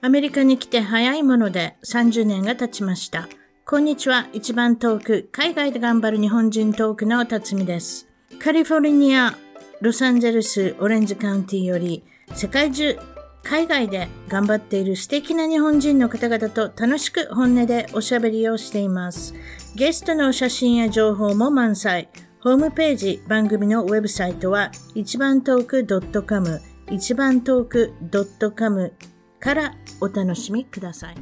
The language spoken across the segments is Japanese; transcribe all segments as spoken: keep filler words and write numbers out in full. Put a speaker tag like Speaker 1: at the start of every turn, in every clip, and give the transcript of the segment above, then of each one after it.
Speaker 1: アメリカに来て早いものでさんじゅうねんが経ちました。こんにちは。一番遠く、海外で頑張る日本人トークの辰巳です。カリフォルニア、ロサンゼルス、オレンジカウンティより世界中、海外で頑張っている素敵な日本人の方々と楽しく本音でおしゃべりをしています。ゲストの写真や情報も満載。ホームページ、番組のウェブサイトは一番トーク .com、一番トーク .com からお楽しみください。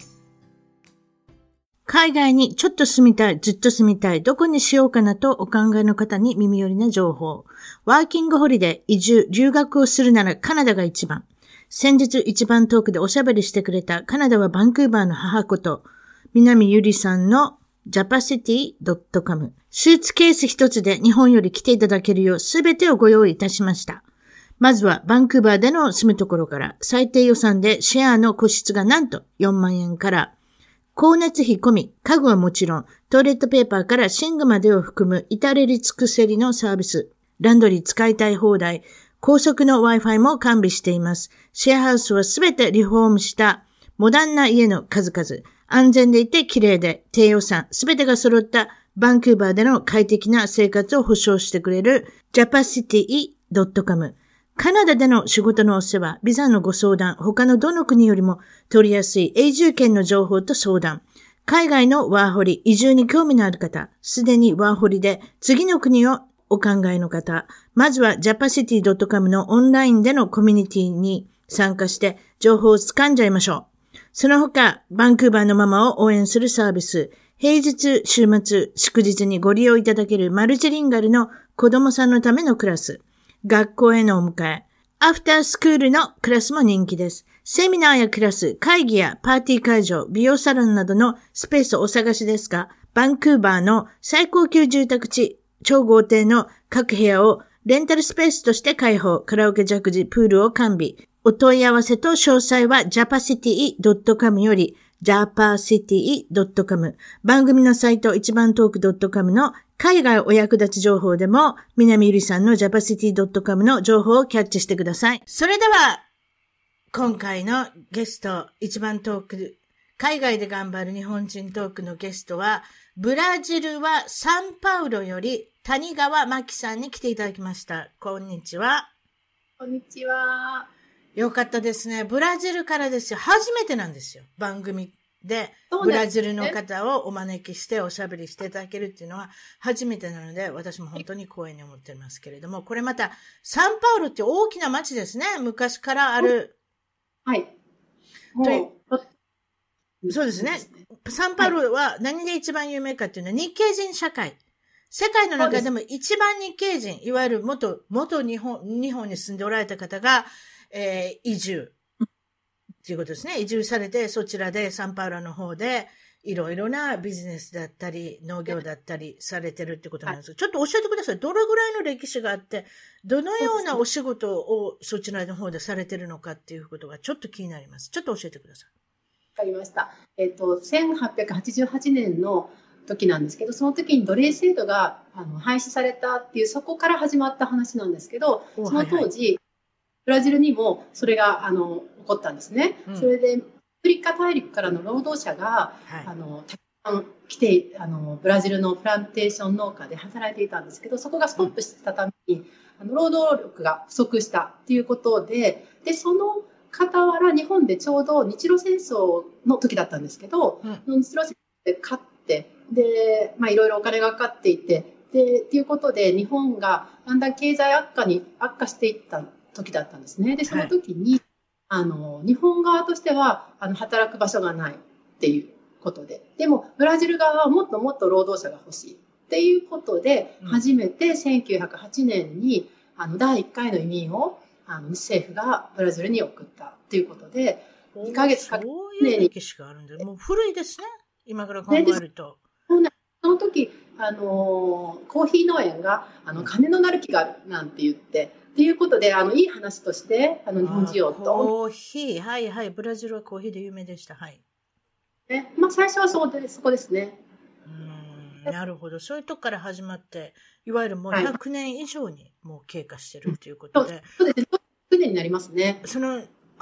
Speaker 1: 海外にちょっと住みたい、ずっと住みたい、どこにしようかなとお考えの方に耳寄りな情報。ワーキングホリデー、移住、留学をするならカナダが一番。先日一番トークでおしゃべりしてくれたカナダはバンクーバーの母こと、南ゆりさんのジャパシティ .com。スーツケース一つで日本より来ていただけるようすべてをご用意いたしました。まずはバンクーバーでの住むところから最低予算でシェアの個室がなんとよんまんえんから、光熱費込み、家具はもちろんトイレットペーパーから寝具までを含む至れり尽くせりのサービス。ランドリー使いたい放題、高速の Wi-Fi も完備しています。シェアハウスはすべてリフォームしたモダンな家の数々。安全でいて綺麗で低予算、すべてが揃ったバンクーバーでの快適な生活を保証してくれる ジャパシティ .com。カナダでの仕事のお世話、ビザのご相談、他のどの国よりも取りやすい永住権の情報と相談、海外のワーホリ、移住に興味のある方、すでにワーホリで次の国をお考えの方、まずは ジャパシティ .com のオンラインでのコミュニティに参加して情報を掴んじゃいましょう。その他、バンクーバーのママを応援するサービス、平日、週末、祝日にご利用いただけるマルチリンガルの子供さんのためのクラス、学校へのお迎え、アフタースクールのクラスも人気です。セミナーやクラス、会議やパーティー会場、美容サロンなどのスペースをお探しですが、バンクーバーの最高級住宅地、超豪邸の各部屋をレンタルスペースとして開放、カラオケジャグジ、プールを完備。お問い合わせと詳細は ジャパシティ .com より ジャパシティ .com。番組のサイト一番トーク .com の海外お役立ち情報でも、南ゆりさんの ジャパシティ .com の情報をキャッチしてください。それでは、今回のゲスト、一番トーク、海外で頑張る日本人トークのゲストは、ブラジルはサンパウロより谷川真希さんに来ていただきました。こんにちは。
Speaker 2: こんにちは。
Speaker 1: よかったですね。ブラジルからですよ。初めてなんですよ。番組で、ブラジルの方をお招きしておしゃべりしていただけるっていうのは初めてなので、私も本当に光栄に思ってますけれども、これまた、サンパウロって大きな街ですね。昔からある。
Speaker 2: はい。
Speaker 1: もうそうですね。サンパウロは何で一番有名かっていうのは日系人社会。世界の中でも一番日系人、いわゆる元、元日本、日本に住んでおられた方が、えー、移住。ということですね。移住されて、そちらでサンパウロの方で、いろいろなビジネスだったり、農業だったりされてるってことなんです。ちょっと教えてください。どれぐらいの歴史があって、どのようなお仕事をそちらの方でされてるのかっていうことがちょっと気になります。ちょっと教えてください。
Speaker 2: わかりました。えっと、せんはっぴゃくはちじゅうはちねんの時なんですけど、その時に奴隷制度があの廃止されたっていう、そこから始まった話なんですけど、その当時、はいはい、ブラジルにもそれがあの起こったんですね。うん、それでアフリカ大陸からの労働者が、はい、あのたくさん来てあのブラジルのプランテーション農家で働いていたんですけど、そこがストップしたために、うん、あの労働力が不足したということで、でその傍ら日本でちょうど日露戦争の時だったんですけど、うん、日露戦争で勝ってで、まあ、いろいろお金がかかっていてでっていうことで日本がだんだん経済悪化に悪化していった時だったんですね。でその時に、はい、あの日本側としてはあの働く場所がないっていうことで、でもブラジル側はもっともっと労働者が欲しいっていうことで、うん、初めてせんきゅうひゃくはちねんにあのだいいっかいの移民をあの政府がブラジルに送ったっていうことで、にかげつかけて
Speaker 1: そういう歴史があるんで、もう古いですね。今から考えると。
Speaker 2: その時あのコーヒー農園があの金のなる木があるなんて言って。っていうことで、あの、いい話として、あの、日本人をと。
Speaker 1: コーヒー、はいはい。ブラジルはコーヒーで有名でした。はい。
Speaker 2: ね、まあ、最初はそうで、そこですね。
Speaker 1: うん、なるほど。そういうとこから始まって、いわゆるもうひゃくねん以上にもう経過してるっていうことで。はい、
Speaker 2: そうですね。ひゃくねんになりますね。
Speaker 1: その、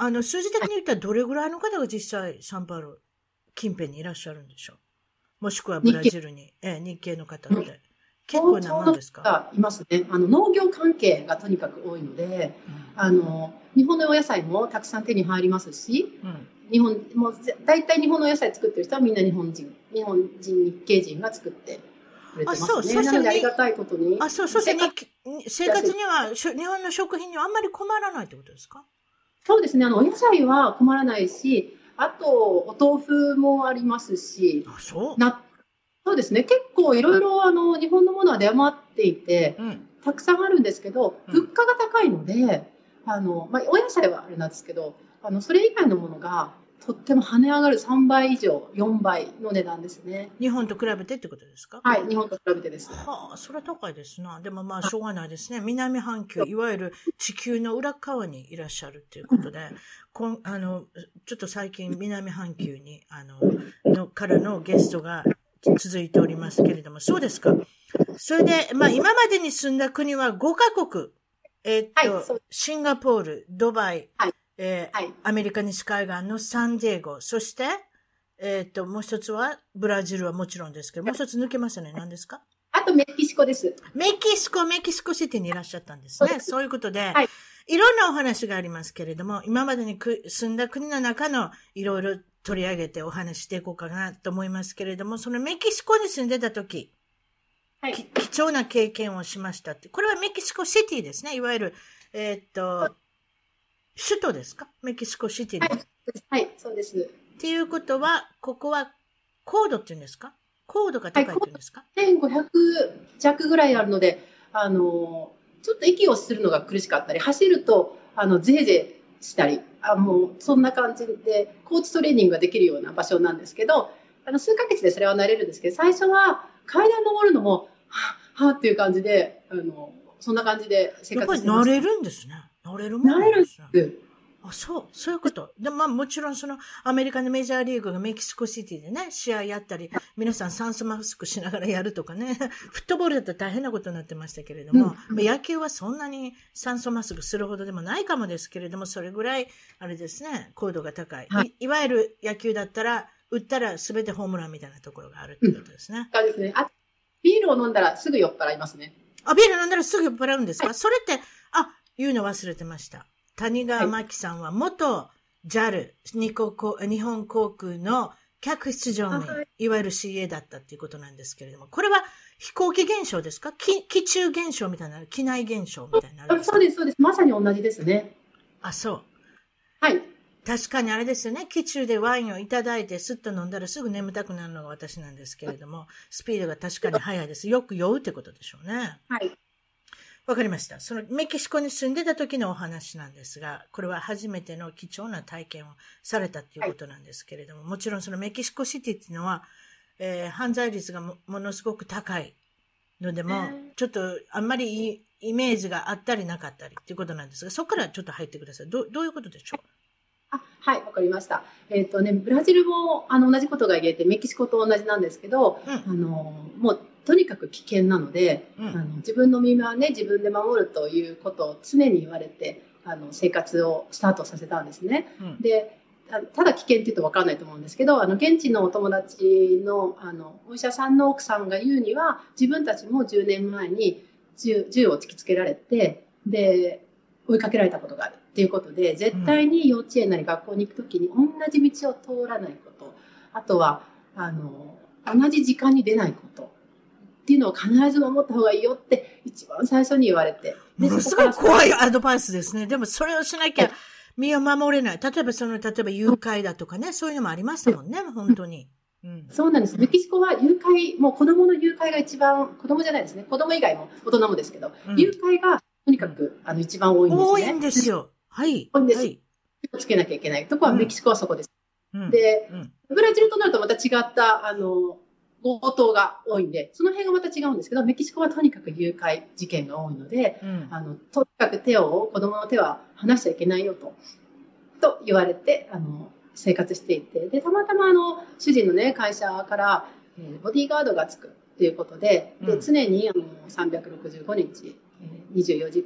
Speaker 1: あの、数字的に言ったらどれぐらいの方が実際サンパウロ近辺にいらっしゃるんでしょう？もしくはブラジルに、ええ、日系の方って。結構なもんですか？
Speaker 2: いますね。あの、農業関係がとにかく多いので、うん、あの、日本のお野菜もたくさん手に入りますし、うん、日本、もう大体日本のお野菜作ってる人はみんな日本人、日本人、日系人が作ってくれてますね。あ、そう、そうなのでありがたいことに。
Speaker 1: あ、そう、そう、生活には、日本の食品にはあんまり困らないってことですか？
Speaker 2: そうですね。あの、お野菜は困らないし、あと、お豆腐もありますし、
Speaker 1: あ、そう。
Speaker 2: なそうですね。結構いろいろあの日本のものは出回っていて、うん、たくさんあるんですけど、物価が高いので、うん、あの、まあ、お野菜はあれなんですけど、あの、それ以外のものがとっても跳ね上がるさんばい以上、よんばいの値段ですね。
Speaker 1: 日本と比べてってことですか？
Speaker 2: はい、日本と比べてです。
Speaker 1: はあ、それは高いですな。でもまあ、しょうがないですね。南半球、いわゆる地球の裏側にいらっしゃるっていうことで、こんあの、ちょっと最近南半球に、あの、のからのゲストが、続いておりますけれども、そうですか。それで、まあ今までに住んだ国はごカ国。えー、っと、はい、シンガポール、ドバイ、はい、えーはい、アメリカ西海岸のサンディエゴ、そして、えー、っと、もう一つは、ブラジルはもちろんですけど、もう一つ抜けましたね。何ですか？
Speaker 2: あとメキシコです。
Speaker 1: メキシコ、メキシコシティにいらっしゃったんですね。そうそういうことで、はい、いろんなお話がありますけれども、今までに住んだ国の中のいろいろ取り上げてお話していこうかなと思いますけれども、そのメキシコに住んでた時、はい、貴重な経験をしましたって。これはメキシコシティですね。いわゆる、えー、っと、首都ですか？メキシコシティの。
Speaker 2: はい、はい、そうです。
Speaker 1: っていうことは、ここは高度っていうんですか？高度が高いっていうんですか？
Speaker 2: はい、せんごひゃく弱ぐらいあるので、あの、ちょっと息をするのが苦しかったり、走ると、あの、ぜいぜいしたり、あもうそんな感じでコーチトレーニングができるような場所なんですけど、あの数ヶ月でそれは慣れるんですけど、最初は階段登るのもはぁはぁっていう感じで、あのそんな感じで生活してました。
Speaker 1: やっぱり慣れるんですね。慣れるもんなんですね。
Speaker 2: 慣れるんです。
Speaker 1: あ、そう、そういうこと。で、まあもちろんそのアメリカのメジャーリーグがメキシコシティでね、試合やったり、皆さん酸素マスクしながらやるとかね、フットボールだったら大変なことになってましたけれども、うん、野球はそんなに酸素マスクするほどでもないかもですけれども、それぐらい、あれですね、高度が高い。はい、い, いわゆる野球だったら、打ったら全てホームランみたいなところがあるってことですね。
Speaker 2: そうですね。あ、ビールを飲んだらすぐ酔っ払いますね。
Speaker 1: あ、ビール飲んだらすぐ酔っ払うんですか？はい、それって、あ、言うの忘れてました。谷川真紀さんは元 ジャル、日本航空の客室乗務員、いわゆる シーエー だったっていうことなんですけれども、これは飛行機現象ですか？気、気中現象みたいな、機内現象みたいな。
Speaker 2: そうです、そうです。まさに同じですね。
Speaker 1: あ、そう。
Speaker 2: はい。
Speaker 1: 確かにあれですよね。気中でワインをいただいてスッと飲んだらすぐ眠たくなるのが私なんですけれども、スピードが確かに速いです。よく酔うってことでしょうね。
Speaker 2: はい。
Speaker 1: わかりました。そのメキシコに住んでた時のお話なんですが、これは初めての貴重な体験をされたっていうことなんですけれども、はい、もちろんそのメキシコシティっていうのは、えー、犯罪率が も, ものすごく高いのでも、ちょっとあんまりいいイメージがあったりなかったりっていうことなんですが、そこからちょっと入ってください。ど, どういうことでしょう？
Speaker 2: あ、はい、わかりました。えっとね、ブラジルもあの同じことが言えて、メキシコと同じなんですけど、うん、あのもうとにかく危険なので、うん、あの自分の身はね、自分で守るということを常に言われて、あの生活をスタートさせたんですね。うん、で、ただ危険って言うと分からないと思うんですけど、あの現地のお友達のあのお医者さんの奥さんが言うには、自分たちもじゅうねんまえに銃、銃を突きつけられて、で追いかけられたことがあるっていうことで、絶対に幼稚園なり学校に行くときに同じ道を通らないこと、あとはあの同じ時間に出ないことっていうのを必ず守った方がいいよって一番最初に言われて、
Speaker 1: ものすごい怖いアドバイスですね。でもそれをしなきゃ身を守れない。例えばその例えば誘拐だとかね、そういうのもありましたもんね、本当に。
Speaker 2: うん、そうなんです。メキシコは誘拐、もう子供の誘拐が一番、子供じゃないですね。子供以外も大人もですけど、うん、誘拐がとにかく、うん、あの一番多いんですね。
Speaker 1: 多いんですよ。はい。
Speaker 2: 多いんです。
Speaker 1: はい。
Speaker 2: 気をつけなきゃいけないところはメキシコはそこです。うん、で、うん、ブラジルとなるとまた違ったあの強盗が多いんで、その辺がまた違うんですけど、メキシコはとにかく誘拐事件が多いので、うん、あのとにかく手を子供の手は離しちゃいけないよとと言われて、あの生活していて、でたまたまあの主人のね会社から、えー、ボディーガードがつくっていうことで、で常にあのさんびゃくろくじゅうごにち、えー、にじゅうよじかん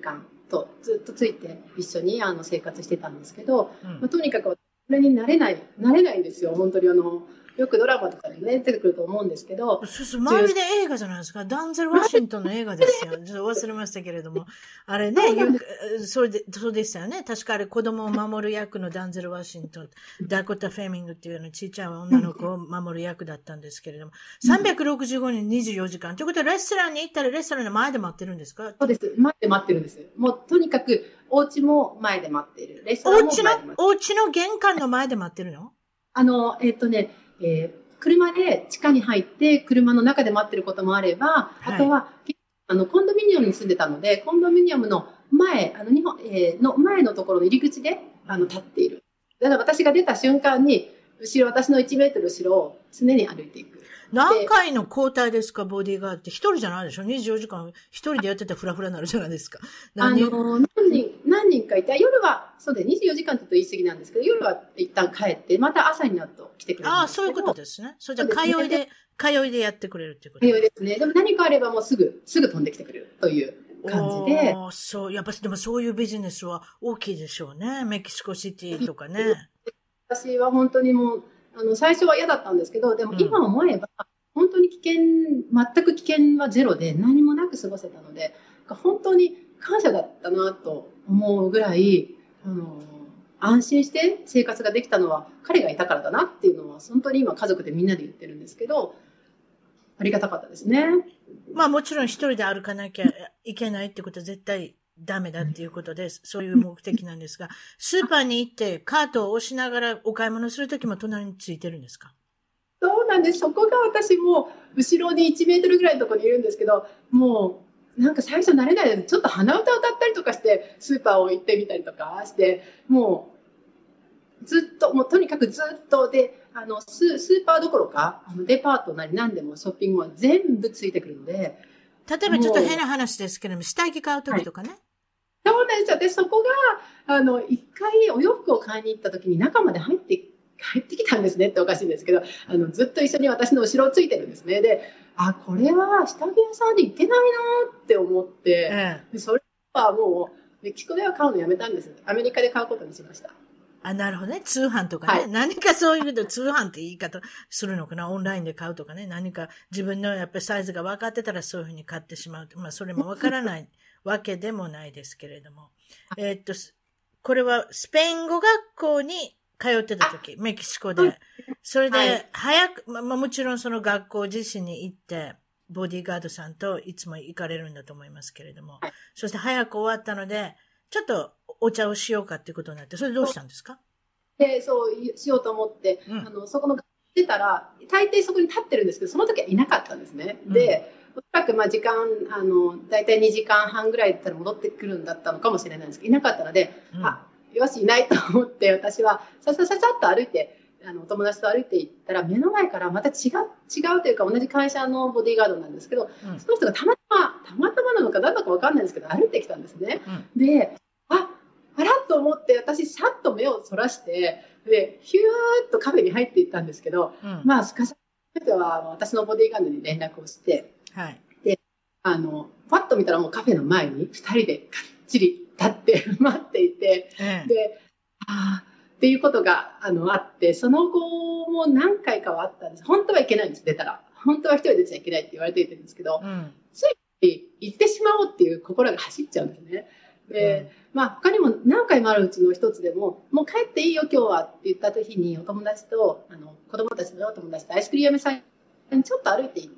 Speaker 2: とずっとついて一緒にあの生活してたんですけど、
Speaker 1: うん
Speaker 2: まあ、とにかくこれになれない、なれないんですよ。本当にあの、よくドラマとかでね、出てくると思うんですけど。
Speaker 1: そうそう、周りで映画じゃないですか。ダンゼル・ワシントンの映画ですよ。ちょっと忘れましたけれども。あれね、それで、そうでしたよね。確かあれ子供を守る役のダンゼル・ワシントン、ダコタ・フェミングっていうのちっちゃい女の子を守る役だったんですけれども。さんびゃくろくじゅうごにんにじゅうよじかん。ということはレストランに行ったらレストランの前で待ってるんですか？
Speaker 2: そうです。前で待ってるんです。もうとにかく、お家も前で待っている。レストランも前で待っている。
Speaker 1: お家の、お家の玄関の前で待ってるの？
Speaker 2: あの、えっとね、えー車で地下に入って車の中で待ってることもあれば、あとは、はい、あのコンドミニアムに住んでたので、コンドミニアムの前、あの日本、えー、の前のところの入り口であの立っている。だから私が出た瞬間に、後ろ、私のいちメートル後ろを常に歩いていく。
Speaker 1: 何回の交代ですか、ボディーガードって。一人じゃないでしょ？ にじゅうよ 時間一人でやってたらフラフラになるじゃないですか。
Speaker 2: 何人あの何人、何人かいて、夜は、そうでにじゅうよじかんと言い過ぎなんですけど、夜は一旦帰って、また朝になると来てくれる。
Speaker 1: ああ、そういうことですね。それじゃ通いで、通いでやってくれるっていうこと
Speaker 2: 通いですね。でも何かあればもうすぐ、すぐ飛んできてくれるという感じで。
Speaker 1: ああ、そう、やっぱりでもそういうビジネスは大きいでしょうね。メキシコシティとかね。
Speaker 2: 私は本当にもう、あの、最初は嫌だったんですけど、でも今思えば、本当に危険、全く危険はゼロで何もなく過ごせたので、本当に感謝だったなと思うぐらい、あの、安心して生活ができたのは彼がいたからだなっていうのは、本当に今家族でみんなで言ってるんですけど、ありがたかったですね。
Speaker 1: まあもちろん一人で歩かなきゃいけないってことは絶対ダメだっていうことで、そういう目的なんですが、スーパーに行ってカートを押しながらお買い物するときも隣についてるんですか？
Speaker 2: そうなんです。そこが私も後ろにいちメートルぐらいのところにいるんですけど、もうなんか最初慣れないでちょっと鼻歌歌ったりとかしてスーパーを行ってみたりとかして、もうずっと、もうとにかくずっとで、あのス、スーパーどころか、あのデパートなり何でもショッピングは全部ついてくるので。例
Speaker 1: えばちょっと変な話ですけども、下着買うときとかね。はい、
Speaker 2: そうなんですよ。で、そこが、あの、一回お洋服を買いに行ったときに中まで入って帰ってきたんですねっておかしいんですけど、あのずっと一緒に私の後ろをついてるんですね。で、あ、これは下着屋さんで行けないなって思って、ええ、でそれはもうメキシコでは買うのやめたんです。アメリカで買うことにしました。
Speaker 1: あ、なるほどね。通販とかね。はい、何かそういうの、通販って言い方するのかな。オンラインで買うとかね。何か自分のやっぱりサイズが分かってたらそういうふうに買ってしまう。まあ、それも分からないわけでもないですけれども。えっと、これはスペイン語学校に通ってた時、メキシコで。それで、早く、まあ、もちろんその学校自身に行って、ボディーガードさんといつも行かれるんだと思いますけれども。そして早く終わったので、ちょっとお茶をしようかっていうことになって、それどうしたんですか？
Speaker 2: で、そうしようと思って、うん、あの、そこの学校に出たら、大抵そこに立ってるんですけど、その時はいなかったんですね。うん、で、おそらくまあ時間、あの、だいたいにじかんはんぐらいだったら戻ってくるんだったのかもしれないんですけど、いなかったので、うん、あ、よし、いないと思って、私はささささっと歩いて、あの、友達と歩いて行ったら、目の前からまた違う、違うというか同じ会社のボディーガードなんですけど、うん、その人がたまたま、たまたまなのか何だかわかんないんですけど、歩いてきたんですね。うん、で、あ、あらっと思って、私、さっと目をそらして、で、ヒューッとカフェに入っていったんですけど、うん、まあ、すかさずは私のボディーガードに連絡をして、はい。で、あの、パッと見たらもうカフェの前にふたりでかっちり立って待っていて、うん、で、ああ、っていうことが、あの、あって、その後も何回かはあったんです。本当はいけないんです、出たら。本当は一人で出ちゃいけないって言われているんですけど、うん、つい行ってしまおうっていう心が走っちゃうんですね。で、うん、まあ他にも何回もあるうちの一つでも、もう帰っていいよ今日はって言った時にお友達と、あの子供たちのお友達とアイスクリーム屋さんにちょっと歩いて行って、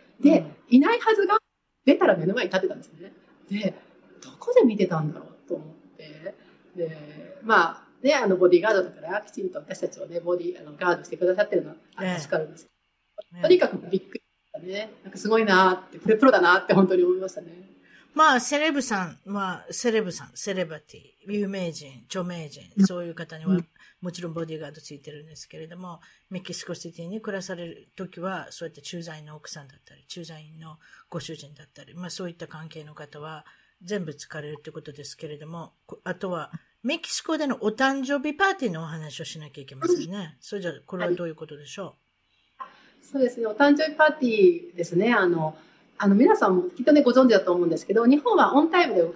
Speaker 2: で、うん、いないはずが出たら目の前に立ってたんですね。で、どこで見てたんだろうと思って、で、まあね、あのボディーガードだからきちんと私たちをね、ボディあのガードしてくださってるのは助かるんです。ね、とにかくびっくりしたね。なんかすごいなって、これプロだなって本当に思いましたね。
Speaker 1: まあ、セレブさん、まあ、セレブさん、セレブティ、有名人、著名人、そういう方には、もちろんボディーガードついてるんですけれども、メキシコシティに暮らされるときは、そうやって駐在員の奥さんだったり、駐在員のご主人だったり、まあそういった関係の方は全部使われるってことですけれども、あとは、メキシコでのお誕生日パーティーのお話をしなきゃいけませんね。それじゃあ、これはどういうことでしょう？
Speaker 2: そうですね、お誕生日パーティーですね。あの、あの皆さんもきっとねご存知だと思うんですけど、日本はオンタイムで動かない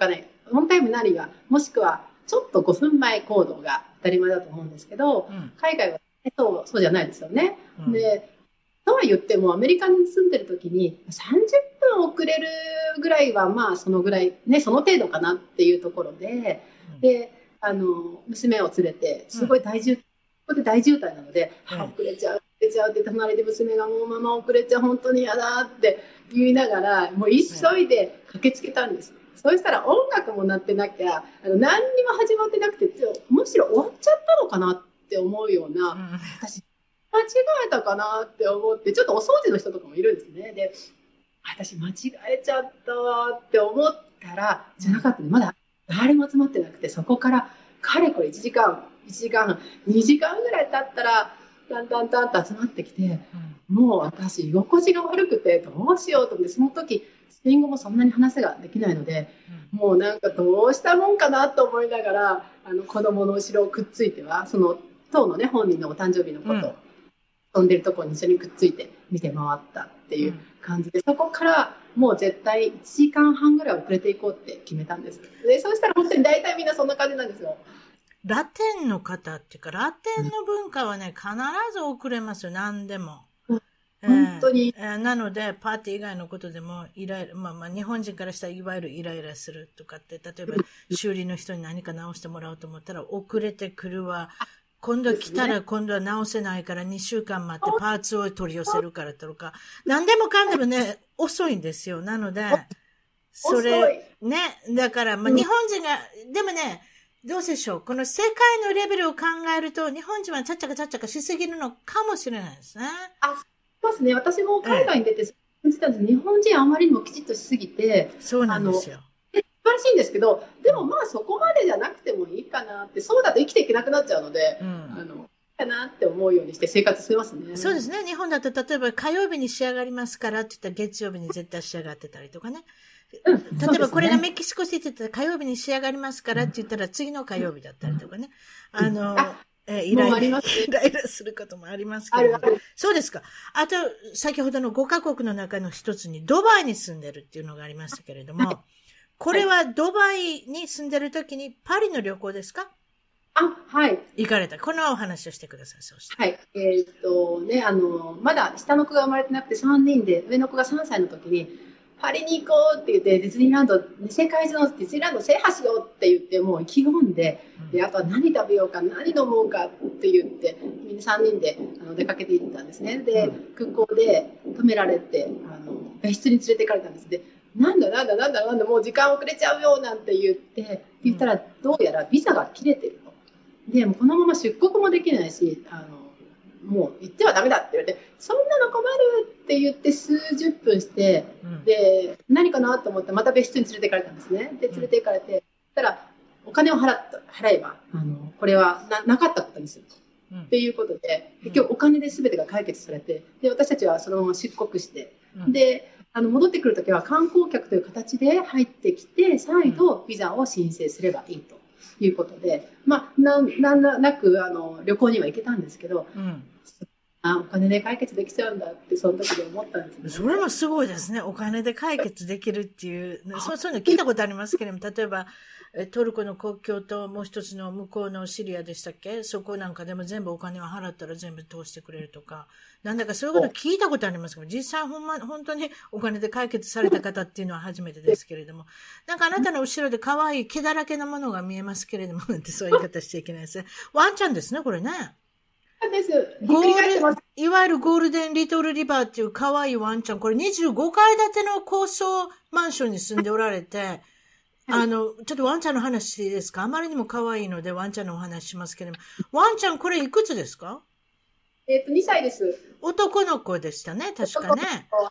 Speaker 2: オンタイムなりは、もしくはちょっとごふんまえ行動が当たり前だと思うんですけど、うん、海外はそう、そうじゃないですよね。うん、で、とは言ってもアメリカに住んでる時にさんじゅっぷん遅れるぐらいはまあそのぐらいね、その程度かなっていうところで、うん、で、あの娘を連れてすごい大渋滞、うん、ここで大渋滞なので、うん、遅れちゃう遅れちゃうって隣で娘がもうママ遅れちゃう本当に嫌だって言いながらもう急いで駆けつけたんです。うん、そうしたら音楽も鳴ってなきゃあの何にも始まってなくてむしろ終わっちゃったのかなって思うような、うん、私間違えたかなって思って、ちょっとお掃除の人とかもいるんですね。で、私間違えちゃったわって思ったら、じゃなかったね。まだ誰も集まってなくて、そこからかれこれいちじかん、いちじかん、にじかんぐらい経ったら、タンタンタンと集まってきて、うん、もう私居心地が悪くてどうしようと思って、その時、スペイン語もそんなに話ができないので、うん、もうなんかどうしたもんかなと思いながら、あの子供の後ろをくっついては、その当のね、本人のお誕生日のことを、うん飛んでるところに一緒にくっついて見て回ったっていう感じで、うん、そこからもう絶対いちじかんはんぐらい遅れていこうって決めたんです。で、そうしたら本当に大体みんなそんな感じなんですよ。
Speaker 1: ラテンの方っていうか、ラテンの文化はね、必ず遅れますよ、何でも。
Speaker 2: うん、本当に、
Speaker 1: えー。なので、パーティー以外のことでも、イライラ、まあまあ、日本人からしたらいわゆるイライラするとかって、例えば、修理の人に何か直してもらおうと思ったら、遅れてくるわ。今度来たら今度は直せないからにしゅうかん待ってパーツを取り寄せるからとか、何でもかんでもね、遅いんですよ。なので、それ、ね、だから、まあ、日本人が、でもね、どうでしょう。この世界のレベルを考えると、日本人はちゃっちゃかちゃっちゃかしすぎるのかもしれないですね。
Speaker 2: あ、そうですね。私も海外に出て感じたんです。日本人あまりにもきちっとしすぎて、
Speaker 1: そうなんですよ。
Speaker 2: 素晴らしいんですけど、でもまあそこまでじゃなくてもいいかなって、そうだと生きていけなくなっちゃうので、うん、あの、かなって思うようにして生活してますね。
Speaker 1: そうですね。日本だと例えば火曜日に仕上がりますからって言ったら月曜日に絶対仕上がってたりとかね。うん、例えばこれがメキシコシティって言ったら火曜日に仕上がりますからって言ったら次の火曜日だったりとかね。あの、うんえー、イライラ、ね、イライラすることもありますけど。そうですか。あと、先ほどのごカ国の中の一つにドバイに住んでるっていうのがありましたけれども、はいこれはドバイに住んでるときにパリの旅行ですか？
Speaker 2: あ、はい。
Speaker 1: 行かれた。このお話をしてください。そうして。
Speaker 2: はい。えー、っとね、あの、まだ下の子が生まれてなくてさんにんで、上の子がさんさいの時に、パリに行こうって言って、ディズニーランド、世界中のディズニーランド制覇しようって言って、もう意気込んで、うん、で、あとは何食べようか、何飲もうかって言って、みんなさんにんであの出かけて行ったんですね。で、うん、空港で止められて、あの、別室に連れて行かれたんです。でなんだなんだなんだなんだもう時間遅れちゃうよなんて言って言ったらどうやらビザが切れてると。でもこのまま出国もできないしあのもう行ってはダメだって言われてそんなの困るって言って数十分して、うん、で何かなと思ってまた別室に連れて行かれたんですね。で連れて行かれてそしたらお金を払った払えばあのこれは な, なかったことにすると。うん、っていうことで結局お金で全てが解決されてで私たちはそのまま出国して、うん、であの戻ってくるときは観光客という形で入ってきて再度ビザを申請すればいいということで、まあ、なんなんなくあの旅行には行けたんですけど、うん、あお金で解決できちゃうんだってその時で思ったんですね。
Speaker 1: それもすごいですね。お金で解決できるっていうそそういうの聞いたことありますけれども例えばトルコの国境ともう一つの向こうのシリアでしたっけそこなんかでも全部お金を払ったら全部通してくれるとかなんだかそういうこと聞いたことありますけど実際ほんま本当にお金で解決された方っていうのは初めてですけれどもなんかあなたの後ろで可愛い毛だらけのものが見えますけれどもなんてそういう言い方しちゃいけないですね。ワンちゃんですねこれね。
Speaker 2: です
Speaker 1: ゴールいわゆるゴールデンリトルリバーっていう可愛いワンちゃんこれにじゅうごかい建ての高層マンションに住んでおられてあの、ちょっとワンちゃんの話ですかあまりにも可愛いのでワンちゃんのお話しますけれども。ワンちゃんこれいくつですか
Speaker 2: えっと、にさいです。
Speaker 1: 男の子でしたね、確かね。はい、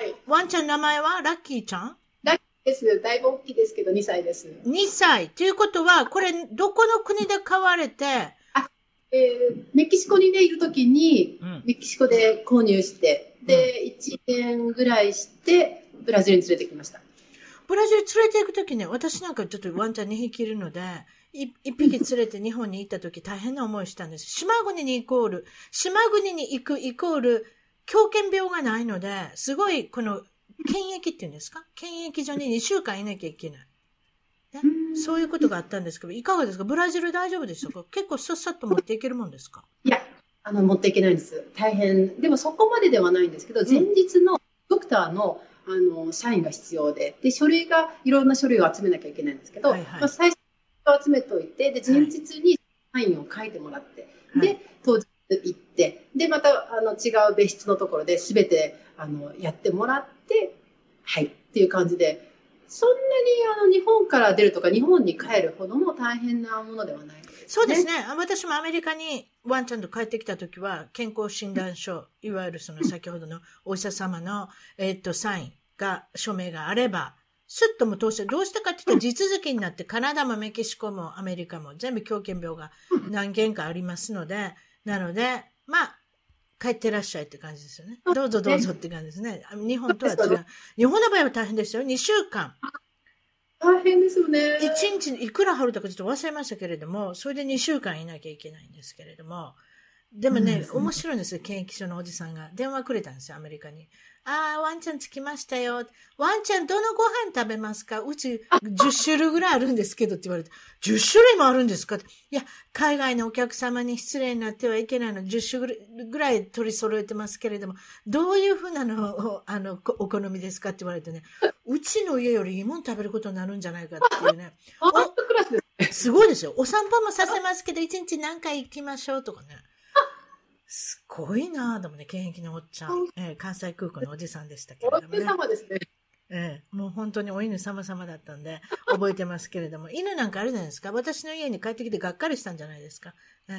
Speaker 1: ワンちゃんの名前はラッキーちゃん
Speaker 2: ラッキーです。だいぶ大きいですけど、にさいです。
Speaker 1: にさい。ということは、これ、どこの国で飼われて
Speaker 2: あ、えー、メキシコにね、いるときに、うん、メキシコで購入して、で、うん、いちねんぐらいして、ブラジルに連れてきました。
Speaker 1: ブラジル連れて行くときね、私なんかちょっとワンちゃんにひきいるので、い一匹連れて日本に行ったとき大変な思いしたんです。島国にイコール、島国に行くイコール、狂犬病がないので、すごいこの検疫っていうんですか検疫所ににしゅうかんいなきゃいけない。ね、 そういうことがあったんですけど、いかがですか？ブラジル大丈夫でしたか？結構さっさっと持っていけるもんですか？
Speaker 2: いや、あの、持っていけないんです。大変。でもそこまでではないんですけど、前日のドクターの、あの、サインが必要で、で、書類が、いろんな書類を集めなきゃいけないんですけど、はいはい、まあ、最初に集めておいて、で、前日にサインを書いてもらって、はい、で、当日行って、で、また、あの、違う別室のところで全て、あの、やってもらって、はい、っていう感じで、そんなにあの日本から出るとか日本に帰るほども大変なものではないですね。
Speaker 1: そうですね。私もアメリカにワンちゃんと帰ってきたときは健康診断書、いわゆるその先ほどのお医者様の、えっと、サインが、署名があれば、スッとも通して、どうしたかっていうと地続きになってカナダもメキシコもアメリカも全部狂犬病が何件かありますので、なので、まあ、帰ってらっしゃいって感じですよね。どうぞどうぞって感じですね。日本とは違う。日本の場合は大変ですよ。にしゅうかん。
Speaker 2: 大変ですよね。
Speaker 1: いちにちいくら払うとかちょっと忘れましたけれども、それでにしゅうかんいなきゃいけないんですけれども、でもね、面白いんですよ。検疫所のおじさんが電話くれたんですよ、アメリカに。ああ、ワンちゃん着きましたよ。ワンちゃんどのご飯食べますか？うちじゅっしゅるいぐらいあるんですけどって言われて、じゅっしゅるいもあるんですかって。いや、海外のお客様に失礼になってはいけないの。じゅっしゅるいぐらい取り揃えてますけれども、どういうふうなのを、あの、お好みですかって言われてね、うちの家よりいいもん食べることになるんじゃないかっていうね。すごいですよ。お散歩もさせますけど、いちにち何回行きましょうとかね。すごいなぁ、でもね、現役のおっちゃん、えー、関西空港のおじさんでしたけれどもね。
Speaker 2: お犬様ですね。
Speaker 1: えー、もう本当にお犬様様だったんで、覚えてますけれども、犬なんかあるじゃないですか。私の家に帰ってきてがっかりしたんじゃないですか。ね、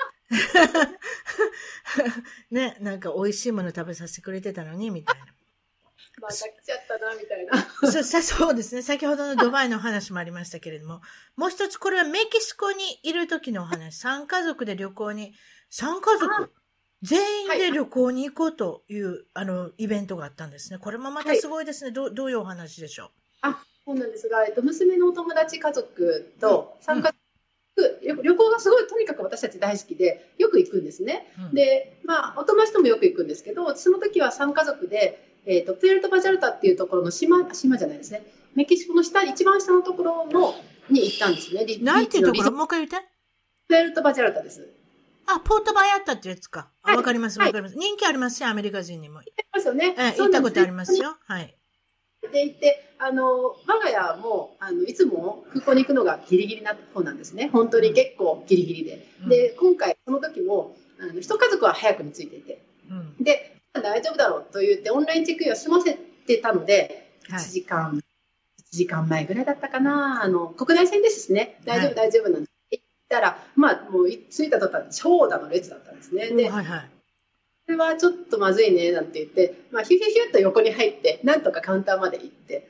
Speaker 1: ね、なんか美味しいもの食べさせてくれてたのに、みたいな。
Speaker 2: また来ちゃったな、みたいな。
Speaker 1: そう、そうですね。先ほどのドバイの話もありましたけれども、もう一つ、これはメキシコにいる時のお話。三家族で旅行に、三家族全員で旅行に行こうという、はい、あの、イベントがあったんですね。これもまたすごいですね。はい、ど, どういうお話でしょう？
Speaker 2: あ、そうなんですが、えっと、娘のお友達家族と参加、うんうん、旅行がすごいとにかく私たち大好きでよく行くんですね、うん、で、まあお友達ともよく行くんですけど、その時はさん家族で、えー、とプエルトバジャルタっていうところの島島じゃないですね、メキシコの下一番下のところのに行ったんですね。
Speaker 1: なんていうところ？もう一回言って。
Speaker 2: プエルトバジャルタです。
Speaker 1: あ、ポートバイアッタってやつか。あ、わ、はい、かります、わかります、はい。人気ありますよ、アメリカ人にも。行
Speaker 2: ってますよね。
Speaker 1: えー、行ったことありますよ。はい。
Speaker 2: で行って、あの、我が家も、あの、いつも空港に行くのがギリギリな方なんですね。本当に結構ギリギリで。うん、で、今回、その時も、あの、一家族は早くに着いていて。うん、で、大丈夫だろうと言って、オンラインチェックインを済ませてたので、いちじかん、はい、いちじかんまえぐらいだったかな。あの、国内線ですね。大丈夫、はい、大丈夫なんです。行ったら、まあ、もう、着いた途端、長蛇の列だったんですね。で、はいはい、これはちょっとまずいね、なんて言って、まあ、ヒュヒュヒュッと横に入って、なんとかカウンターまで行って、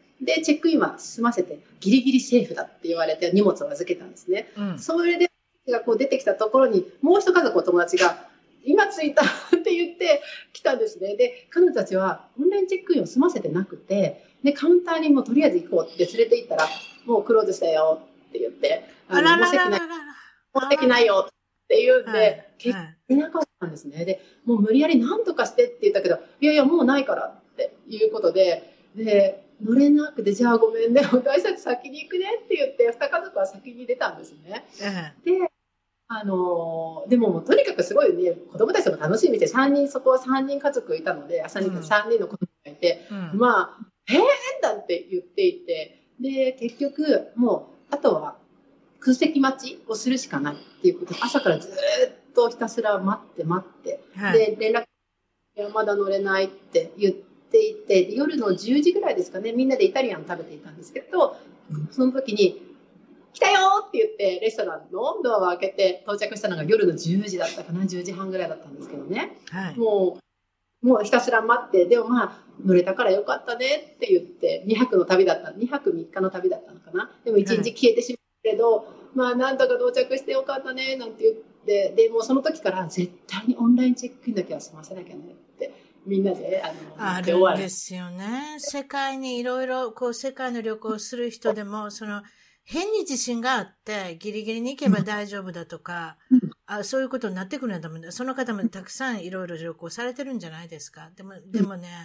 Speaker 2: で、チェックインは済ませて、ギリギリセーフだって言われて荷物を預けたんですね。うん、それで、がこう出てきたところに、もう一家族お友達が、今着いたって言って来たんですね。で、彼女たちはオンラインチェックインを済ませてなくて、で、カウンターにもうとりあえず行こうって連れて行ったら、もうクローズしたよって言って、あの、もう席ない、もう席ないよって言うんで、はい、結局いなかったんですね。で、もう無理やり何とかしてって言ったけど、いやいやもうないからっていうことで、で、乗れなくて、じゃあごめんね、私たち先に行くねって言って、二家族は先に出たんですね。うん、で、あのでももうとにかくすごいね、子供たちも楽しみで、さんにん、そこはさんにん家族いたので、さんにん、さんにんの子供がいて、うん、まあ、へーんだって言っていて、で、結局、もう、あとは空席待ちをするしかないっていうことで、朝からずっとひたすら待って待って、はい、で、連絡、いや、まだ乗れないって言っていて、夜のじゅうじぐらいですかね、みんなでイタリアン食べていたんですけど、その時に、来たよって言って、レストランのドアを開けて到着したのが夜のじゅうじだったかな、じゅうじはんぐらいだったんですけどね。はい、もう、もうひたすら待って、でもまあ、乗れたからよかったねって言って、にはくの旅だった、にはくみっかの旅だったのかな。でもいちにち消えてしまったけど、はい、まあ、なんとか到着してよかったね、なんて言って、で、もうその時から絶対にオンラインチェックインだけは済ませなきゃねって。みんなで、あの、
Speaker 1: あるんですよね。世界にいろいろ、こう、世界の旅行をする人でも、その、変に自信があって、ギリギリに行けば大丈夫だとか、うん、あそういうことになってくるんだもんね。その方もたくさんいろいろ旅行されてるんじゃないですか。でも、でもね、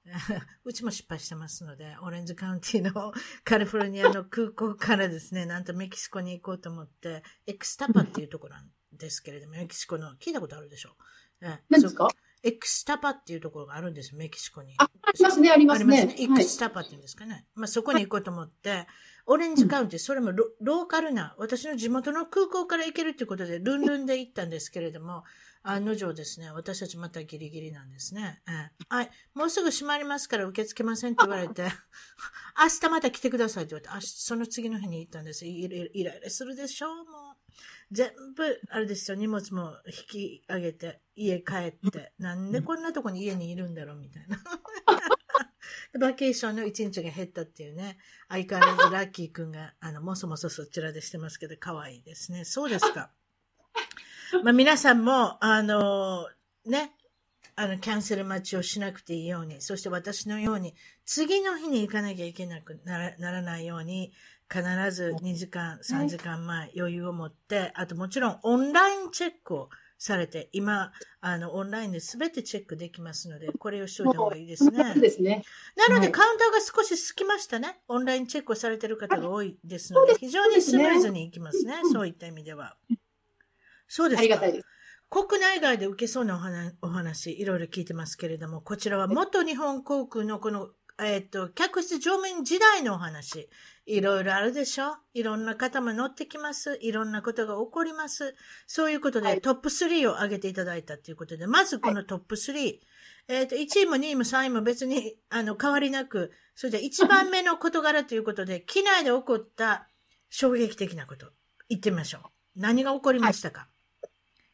Speaker 1: うちも失敗してますので、オレンジカウンティのカリフォルニアの空港からですね、なんとメキシコに行こうと思って、エクスタパっていうところなんですけれども、メキシコの、聞いたことあるでしょう。
Speaker 2: 何ですか？
Speaker 1: エクスタパっていうところがあるんですよ、メキシコに。
Speaker 2: あ、ありますね、ありますね。
Speaker 1: ありますね。エクスタパって言うんですかね。はい、まあそこに行こうと思って、オレンジカウンティ、それも ロ, ローカルな、私の地元の空港から行けるっていうことで、ルンルンで行ったんですけれども、案の定ですね、私たちまたギリギリなんですね。ええ、はい、もうすぐ閉まりますから受け付けませんって言われて、明日また来てくださいって言われて、明日その次の日に行ったんです。イライラするでしょう、もう。全部、あれですよ、荷物も引き上げて、家帰って、なんでこんなとこに家にいるんだろう、みたいな。バケーションの一日が減ったっていうね。相変わらずラッキーくんが、あの、もそもそそちらでしてますけど、可愛いですね。そうですか。まあ皆さんも、あの、ね、あの、キャンセル待ちをしなくていいように、そして私のように、次の日に行かなきゃいけなくなら、ならないように、必ずにじかん、さんじかんまえ余裕を持って、あともちろんオンラインチェックをされて、今、あの、オンラインで全てチェックできますので、これをしといた方がいいですね。
Speaker 2: そうですね。
Speaker 1: なので、カウンターが少し空きましたね。オンラインチェックをされている方が多いですので、非常にスムーズにいきますね。そういった意味では。そうですか。
Speaker 2: ありがたいです。
Speaker 1: 国内外で受けそうなお話、お話、いろいろ聞いてますけれども、こちらは元日本航空のこの、えっと、客室乗務員時代のお話、いろいろあるでしょ？いろんな方も乗ってきます。いろんなことが起こります。そういうことで、はい、トップスリーを上げていただいたということで、まずこのトップスリー、はい、えっと、いちいもにいもさんいも別に、あの、変わりなく、それでいちばんめの事柄ということで、機内で起こった衝撃的なこと、言ってみましょう。何が起こりましたか？はい、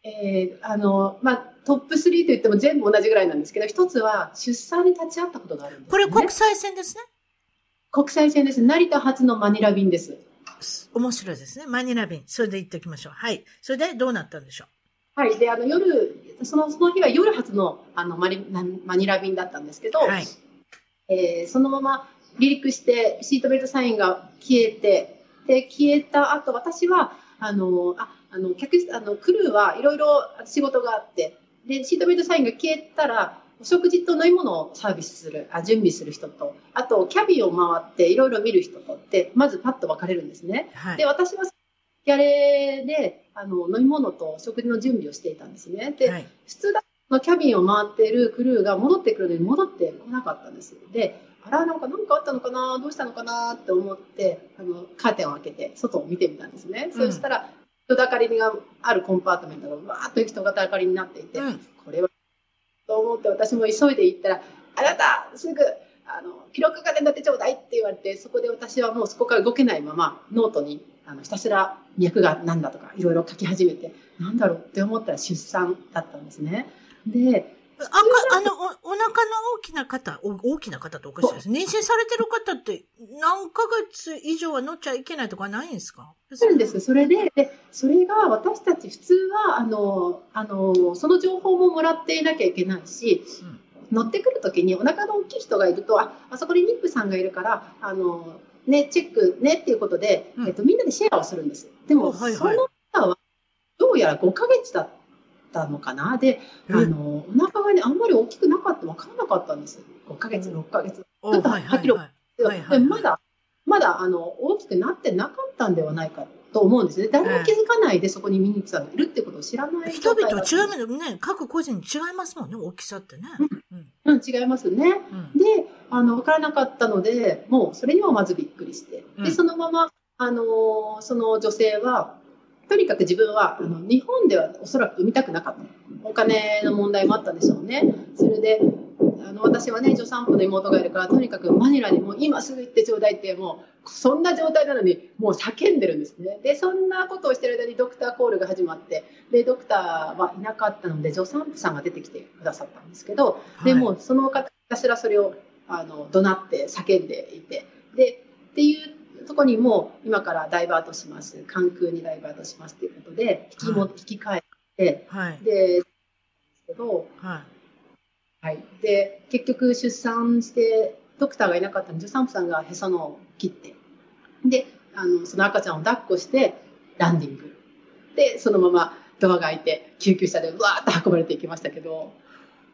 Speaker 2: えー、あの、まあ、トップスリーと言っても全部同じぐらいなんですけど、一つは出産に立ち会ったことがあるんです、ね。
Speaker 1: これ国際線ですね。
Speaker 2: 国際線です。成田発のマニラ便です。
Speaker 1: 面白いですね。マニラ便。それで行っておきましょう。はい。それでどうなったんでしょ
Speaker 2: う。はい。で、あの、夜、その、その日は夜発の、あの、マリ、マニラ便だったんですけど、はい。えー、そのまま離陸して、シートベルトサインが消えて、で、消えた後、私は、あの、あ、あの、客室、あの、クルーはいろいろ仕事があって、で、シートベルトサインが消えたら、お食事と飲み物をサービスする、あ、準備する人と、あと、キャビンを回っていろいろ見る人とって、まずパッと分かれるんですね。はい、で、私は、ギャレで、あの、飲み物と食事の準備をしていたんですね。で、はい、普通だとキャビンを回っているクルーが戻ってくるのに戻ってこなかったんです。で、あら、なんか何かあったのかな、どうしたのかなって思って、あの、カーテンを開けて、外を見てみたんですね。うん、そしたら、人だかりがあるコンパートメントがわーっと人だかりになっていて、うん、これは、と思って私も急いで行ったら、あなた、すぐ、あの、記録が出てちょうだいって言われて、そこで私はもうそこから動けないまま、ノートに、あの、ひたすら脈が何だとか、いろいろ書き始めて、なんだろうって思ったら出産だったんですね。で、
Speaker 1: あ、あの、お、お腹の大きな方、大きな方っておかしいです。妊娠されてる方って何ヶ月以上は乗っちゃいけないとかないんですか？
Speaker 2: そうです。それで、で、それが私たち普通は、あの、あの、その情報ももらっていなきゃいけないし、うん、乗ってくるときにお腹の大きい人がいると、あ、あそこに妊婦さんがいるから、あの、ね、チェックねっていうことで、うん、えっと、みんなでシェアをするんです。でも、はいはい、その方は、どうやらごかげつだった。たのかなで、あの、お腹がね、あんまり大きくなかった分からなかったんです。ごかげつ、ろっかげつ。ちょっとはっきり、でまだ、まだ、あの、大きくなってなかったんではないかと思うんですね。誰も気づかないでそこにミニックさんがいるってことを知らない。
Speaker 1: 人々は違いますね。各個人違いますもんね、大きさってね。
Speaker 2: うん、うん、違いますね。うん、で、あの、分からなかったので、もうそれにはまずびっくりして。で、そのまま、あの、その女性は、とにかく自分はあの日本ではおそらく産みたくなかった。お金の問題もあったんでしょうね。それで、あの私はね、助産婦の妹がいるから、とにかくマニラにもう今すぐ行ってちょうだいって、もうそんな状態なのにもう叫んでるんですね。で、そんなことをしてる間にドクターコールが始まって、で、ドクターはいなかったので、助産婦さんが出てきてくださったんですけど、はい、でもうその方、私らそれをあの怒鳴って叫んでいて、で、っていう、そこにも今からダイバートします。関空にダイバートしますということで、引きも、はい、引き換えて、はい、で、ですけど、はい。はい。で、結局出産して、ドクターがいなかったので、助産婦さんがへその緒を切って、で、あの、その赤ちゃんを抱っこして、ランディング。で、そのままドアが開いて、救急車でわーっと運ばれていきましたけど、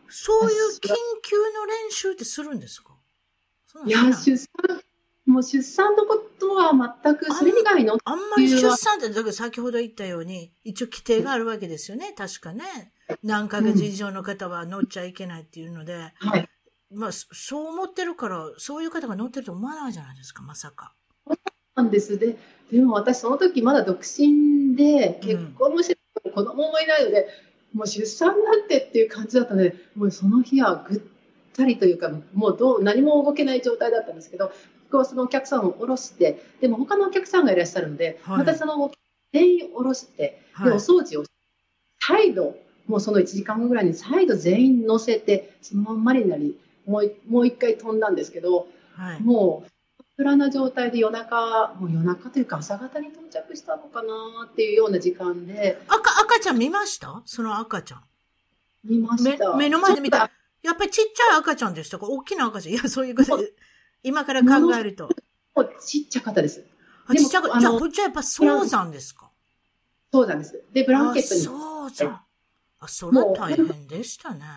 Speaker 1: そういう緊急の練習ってするんですか？
Speaker 2: いや、出産、もう出産のことは全く、それ以外の。
Speaker 1: あんまり出産って、だから先ほど言ったように、一応規定があるわけですよね。確かね。何ヶ月以上の方は乗っちゃいけないっていうので。はい。まあ、そう思ってるから、そういう方が乗ってると思わないじゃないですか、まさか。
Speaker 2: そうなんです。で、でも私その時まだ独身で、結婚もして、うん、子供もいないので、もう出産なんてっていう感じだったので、もうその日はぐったりというか、もうどう、何も動けない状態だったんですけど、僕はそのお客さんを降ろして、でも他のお客さんがいらっしゃるので、はい、またその全員降ろして、はい、で、お掃除を再度、もうそのいちじかんごぐらいに再度全員乗せて、そのまんまになり、もう、もう一回飛んだんですけど、はい、もう、暗な状態で夜中、もう夜中というか朝方に到着したのかなっていうような時間で。
Speaker 1: 赤、赤ちゃん見ました？その赤ちゃん。
Speaker 2: 見ました。
Speaker 1: 目の前で見た。やっぱりちっちゃい赤ちゃんでしたか？大きな赤ちゃん。いや、そういうことで。今から考えると。
Speaker 2: もうちっちゃかったです。
Speaker 1: あ、ちっちゃかった。じゃあ、こっちはやっぱ早産ですか？
Speaker 2: そうなんです。で、ブランケットに。
Speaker 1: そうじゃん。あ、それは大変でしたね。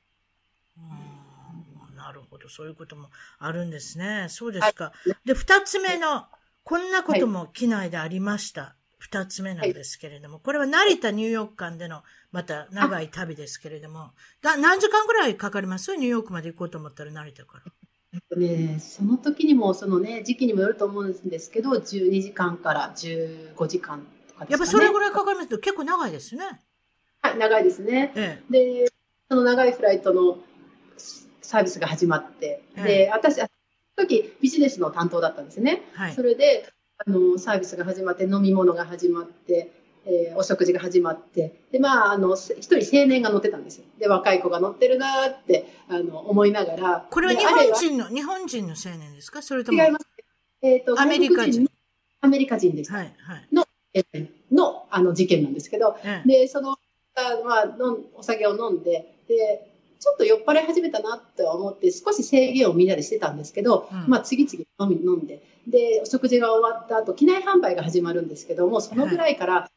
Speaker 1: うん、なるほど。そういうこともあるんですね。そうですか。はい、で、二つ目の、こんなことも機内でありました。二、はい、つ目なんですけれども、これは成田ニューヨーク間での、また長い旅ですけれども、だ何時間ぐらいかかります？ニューヨークまで行こうと思ったら成田から。
Speaker 2: えっとね、その時にも、そのね、時期にもよると思うんですけど、じゅうにじかんからじゅうごじかんとかですかね。
Speaker 1: やっぱそれぐらいかかりますけど、結構長いですね。
Speaker 2: はい、長いですね。ええ、で、その長いフライトのサービスが始まって、ええ、で、私、その時ビジネスの担当だったんですね。はい、それで、あの、サービスが始まって、飲み物が始まって、えー、お食事が始まって、で、まあ、あの、一人青年が乗ってたんですよ。で、若い子が乗ってるなって、あの、思いながら。
Speaker 1: これは日本人の、日本人の青年ですか？それとも。
Speaker 2: 違います。えっと、
Speaker 1: アメリカ人。
Speaker 2: アメリカ人でした。はい、はい。の、えー、の、あの、事件なんですけど、ええ、で、その、まあ、お酒を飲んで、で、ちょっと酔っ払い始めたなって思って、少し制限をみんなでしてたんですけど、うん、まあ、次々飲み、飲んで、で、お食事が終わった後、機内販売が始まるんですけども、そのぐらいから、はい、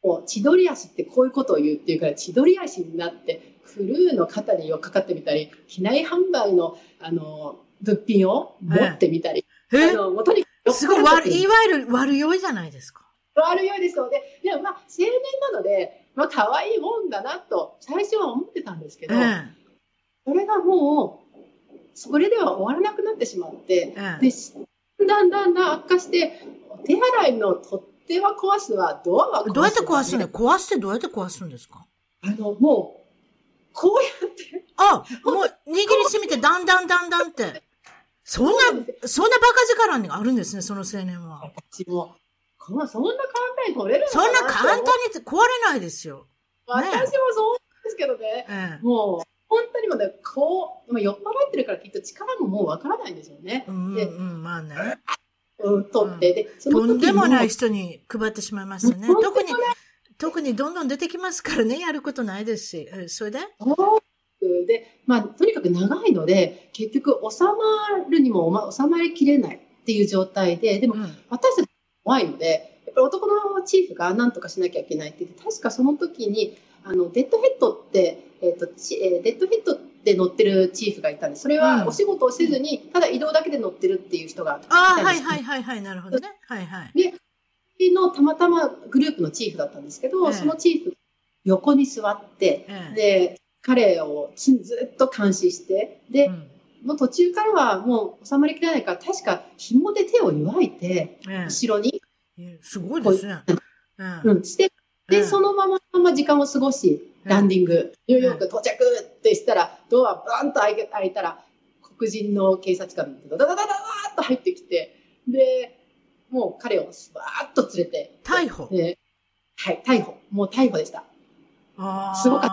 Speaker 2: もう千鳥足ってこういうことを言うっていうから、千鳥足になって、クルーの肩に寄っかかってみたり、機内販売の、あの、物品を持ってみたり、
Speaker 1: えあの、もうとにかくすごい悪、いわゆる悪酔いじゃないですか。
Speaker 2: 悪酔いですので、でもまあ、青年なので、まあ、可愛いもんだなと、最初は思ってたんですけど、ええ、それがもう、それでは終わらなくなってしまって、ええ、で、だんだんだん悪化して、お手洗いの取っ手は壊すわ、ドアは壊すわ。
Speaker 1: どうやって壊すんだ壊してどうやって壊すんですか？
Speaker 2: あの、もう、こうやって。
Speaker 1: あ、もう、握りしめて、だんだんだんだんって。そんな、そんなバカ力があるんですね、その青年は。
Speaker 2: 私も。そんな簡単に取れるのかな？
Speaker 1: そんな簡単に壊れないですよ。
Speaker 2: 私もそうですけどね。ね、もう、本当にもね、こう、酔っ払ってるからきっと力ももうわからないんですよね。
Speaker 1: うん
Speaker 2: で、
Speaker 1: うん、まあね。
Speaker 2: うん、取って、で、
Speaker 1: その時とんでもない人に配ってしまいましたね。特に、特にどんどん出てきますからね、やることないですし。それで
Speaker 2: で、まあ、とにかく長いので、結局収まるにも収まりきれないっていう状態で、でも、うん、私たち怖いので、やっぱり男のチーフが何とかしなきゃいけないって言って、確かその時に、あの、デッドヘッドって、えっと、デッドヘッドで乗ってるチーフがいたんです。それはお仕事をせずに、うん、ただ移動だけで乗ってるっていう人がいたんです。
Speaker 1: ああ、はいはいはいはい、なるほどね。はいはい。
Speaker 2: で、のたまたまグループのチーフだったんですけど、ええ、そのチーフ横に座って、ええ、で、彼をずっと監視して、で、うん、もう途中からはもう収まりきれないから、確か紐で手を祝いて、ええ、後ろに。
Speaker 1: すごいですね。
Speaker 2: うん、して、で、そのまままま時間を過ごし、ランディング、ニューヨーク到着ってしたら、ドアバーンと開け開いたら、黒人の警察官がダダダダダダーッと入ってきて、で、もう彼をスバーッと連れて。
Speaker 1: 逮捕
Speaker 2: ではい、逮捕。もう逮捕でした。
Speaker 1: ああ。すごかった。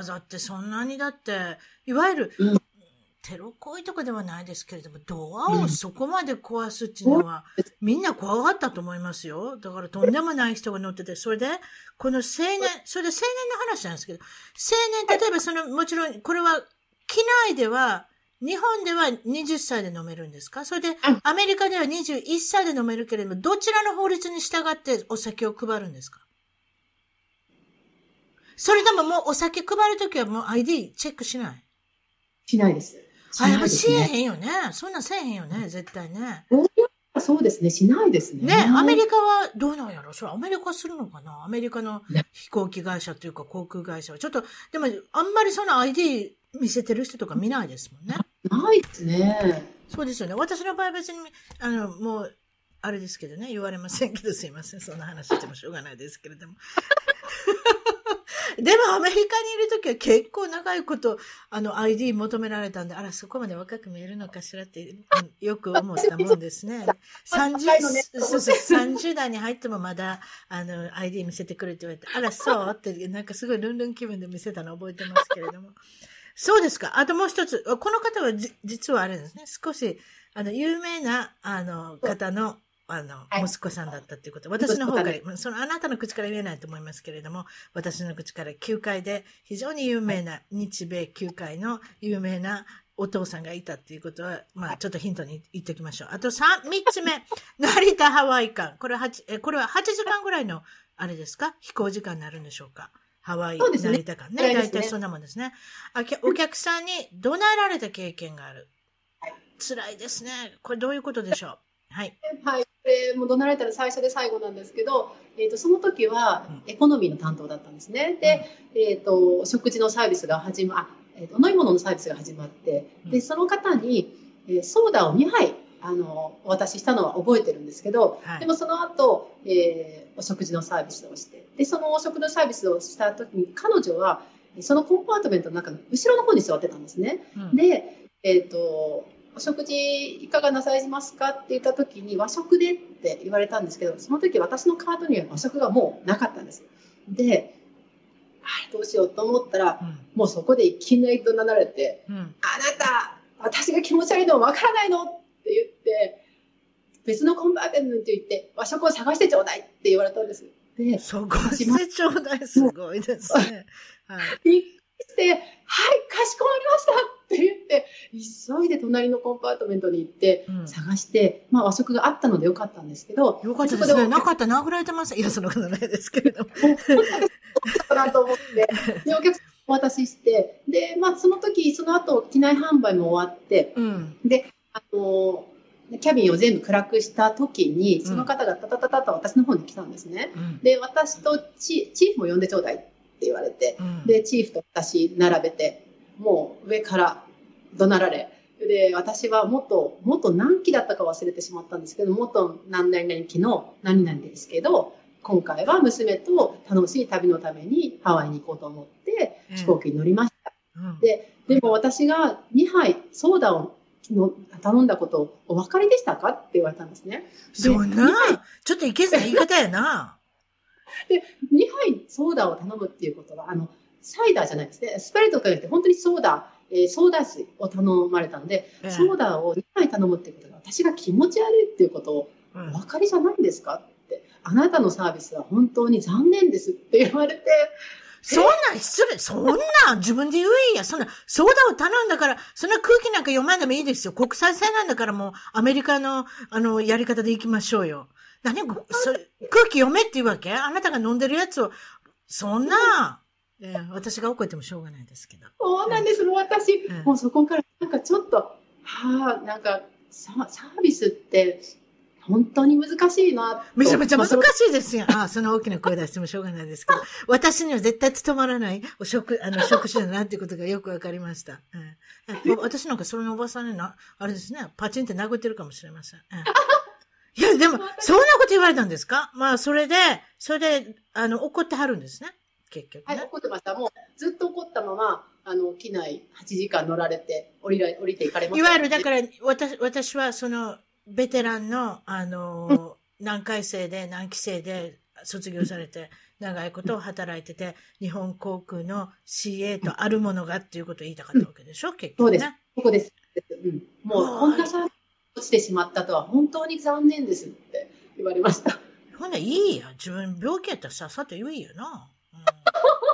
Speaker 1: だってそんなにだって、いわゆる、うん、テロ行為とかではないですけれども、ドアをそこまで壊すっていうのは、うん、みんな怖がったと思いますよ。だからとんでもない人が乗ってて、それで、この青年、それで青年の話なんですけど、青年、例えばその、もちろん、これは、機内では、日本でははたちで飲めるんですか？それで、アメリカでははたちで飲めるけれども、どちらの法律に従ってお酒を配るんですか？それでももうお酒配るときはもう アイディー チェックしない？
Speaker 2: しないです。
Speaker 1: しないですね。あ、やっぱしえへんよね。そんなんせえへんよね、絶対ね。
Speaker 2: そうですね、しないですね。
Speaker 1: ね、アメリカはどうなんやろ？それアメリカするのかな？アメリカの飛行機会社というか航空会社は。ちょっと、でも、あんまりその アイディー 見せてる人とか見ないですもんね。
Speaker 2: ないですね。
Speaker 1: そうですよね。私の場合は別に、あの、もう、あれですけどね、言われませんけど、すいません。そんな話してもしょうがないですけれども。でもアメリカにいるときは結構長いこと、あの、アイディー 求められたんで、あら、そこまで若く見えるのかしらって、よく思ったもんですね。さんじゅう、そうそう、さんじゅう代に入ってもまだ、あの、アイディー 見せてくれって言われて、あら、そうって、なんかすごいルンルン気分で見せたの覚えてますけれども。そうですか。あともう一つ、この方はじ実はあれですね、少し、あの、有名な、あの、方の、あの、はい、息子さんだったっていうこと。私の方から、そのあなたの口から言えないと思いますけれども、私の口から球界で非常に有名な、日米球界の有名なお父さんがいたっていうことは、まあちょっとヒントに言っておきましょう。あと三、三つ目、成田ハワイ間。これは八、え、これははちじかんぐらいの、あれですか？飛行時間になるんでしょうか？ハワイ、ね、成田間ね。大体そんなもんですね。お客さんに怒鳴られた経験がある。はい、辛いですね。これどういうことでしょう？はい。
Speaker 2: はい。えー、もう怒鳴られたら最初で最後なんですけど、えっと、その時はエコノミーの担当だったんですね。うん、で、えっと、食事のサービスが始ま、あ、えっと、飲み物のサービスが始まって、で、その方に、えー、ソーダをにはい、あの、お渡ししたのは覚えてるんですけど、はい、でもその後、えー、お食事のサービスをして、で、そのお食のサービスをした時に、彼女は、そのコンパートメントの中の後ろの方に座ってたんですね。うん、で、えっと、お食事いかがなさいますかって言った時に和食でって言われたんですけど、その時私のカートには和食がもうなかったんです。で、あ、どうしようと思ったら、うん、もうそこでいきなり怒鳴られて、うん、あなた、私が気持ち悪いのわからないのって言って、別のコンバーテントに行って和食を探してちょうだいって言われたんです。で、
Speaker 1: 探してちょうだい、すごいですね。
Speaker 2: はい。して、はい、かしこまりましたって言って、急いで隣のコンパートメントに行って探して、うん、まあ和食があったのでよかったんですけど。
Speaker 1: よかったですね。なかったら殴られてます。いや、そのことないですけれども。
Speaker 2: そうだなと思って、で、お客さんお渡しして、で、まあその時、その後、機内販売も終わって、うん、で、あの、キャビンを全部暗くした時に、その方がタタタタと私の方に来たんですね。うん、で、私とチ、チーフも呼んでちょうだいって言われて、うん、で、チーフと私並べて、もう上から怒鳴られ、で、私は元、元何期だったか忘れてしまったんですけど、元何々々期の何々ですけど、今回は娘と楽しい旅のためにハワイに行こうと思って飛行機に乗りました。うんうん、で、でも私がにはいソーダをの頼んだことをお分かりでしたかって言われたんですね。
Speaker 1: そんな、ちょっといけずな言い方やな。
Speaker 2: で、にはいソーダを頼むっていうことは、あの、サイダーじゃないですね。スプライトとかじゃなくて、本当にソーダ、えー、ソーダ水を頼まれたので、えー、ソーダをにはい頼むっていうことが、私が気持ち悪いっていうことを、お分かりじゃないんですかって、あなたのサービスは本当に残念ですって言われて、
Speaker 1: そんなん失礼、そんなん自分で言えや。そんな、ソーダを頼んだから、そんな空気なんか読まんでもいいですよ。国際線なんだからもう、アメリカの、あの、やり方で行きましょうよ。何そ空気読めって言うわけ？あなたが飲んでるやつを、そんな、えー、私が怒ってもしょうがないですけど。
Speaker 2: そうなんです。もう私、うん、もうそこから、なんかちょっと、はあ、なんかサ、サービスって、本当に難しいな。
Speaker 1: めちゃめちゃ難しいですよ。ああ、その大きな声出してもしょうがないですけど。私には絶対務まらないお食、あの、食事だなっていうことがよくわかりました。うん、私なんかそのおばさんにな、あれですね、パチンって殴ってるかもしれません。うんいや、でも、そんなこと言われたんですか？まあ、それで、それで、あの、怒ってはるんですね。結局、ね。
Speaker 2: はい、怒ってました。もう、ずっと怒ったまま、あの、機内はちじかん乗られて、降りら、降りていかれました、ね。
Speaker 1: いわゆる、だから、私、私は、その、ベテランの、あの、何回生で、何期生で卒業されて、長いことを働いてて、日本航空の シーエー とあるものがっていうことを言いたかったわけでしょ、結局、ね。
Speaker 2: そうです。ここです。うん。もう、こんなさ、落ちてしまったとは本当に残念ですって言われました。
Speaker 1: ほんないいや。自分病気やったらさっさと言えよな。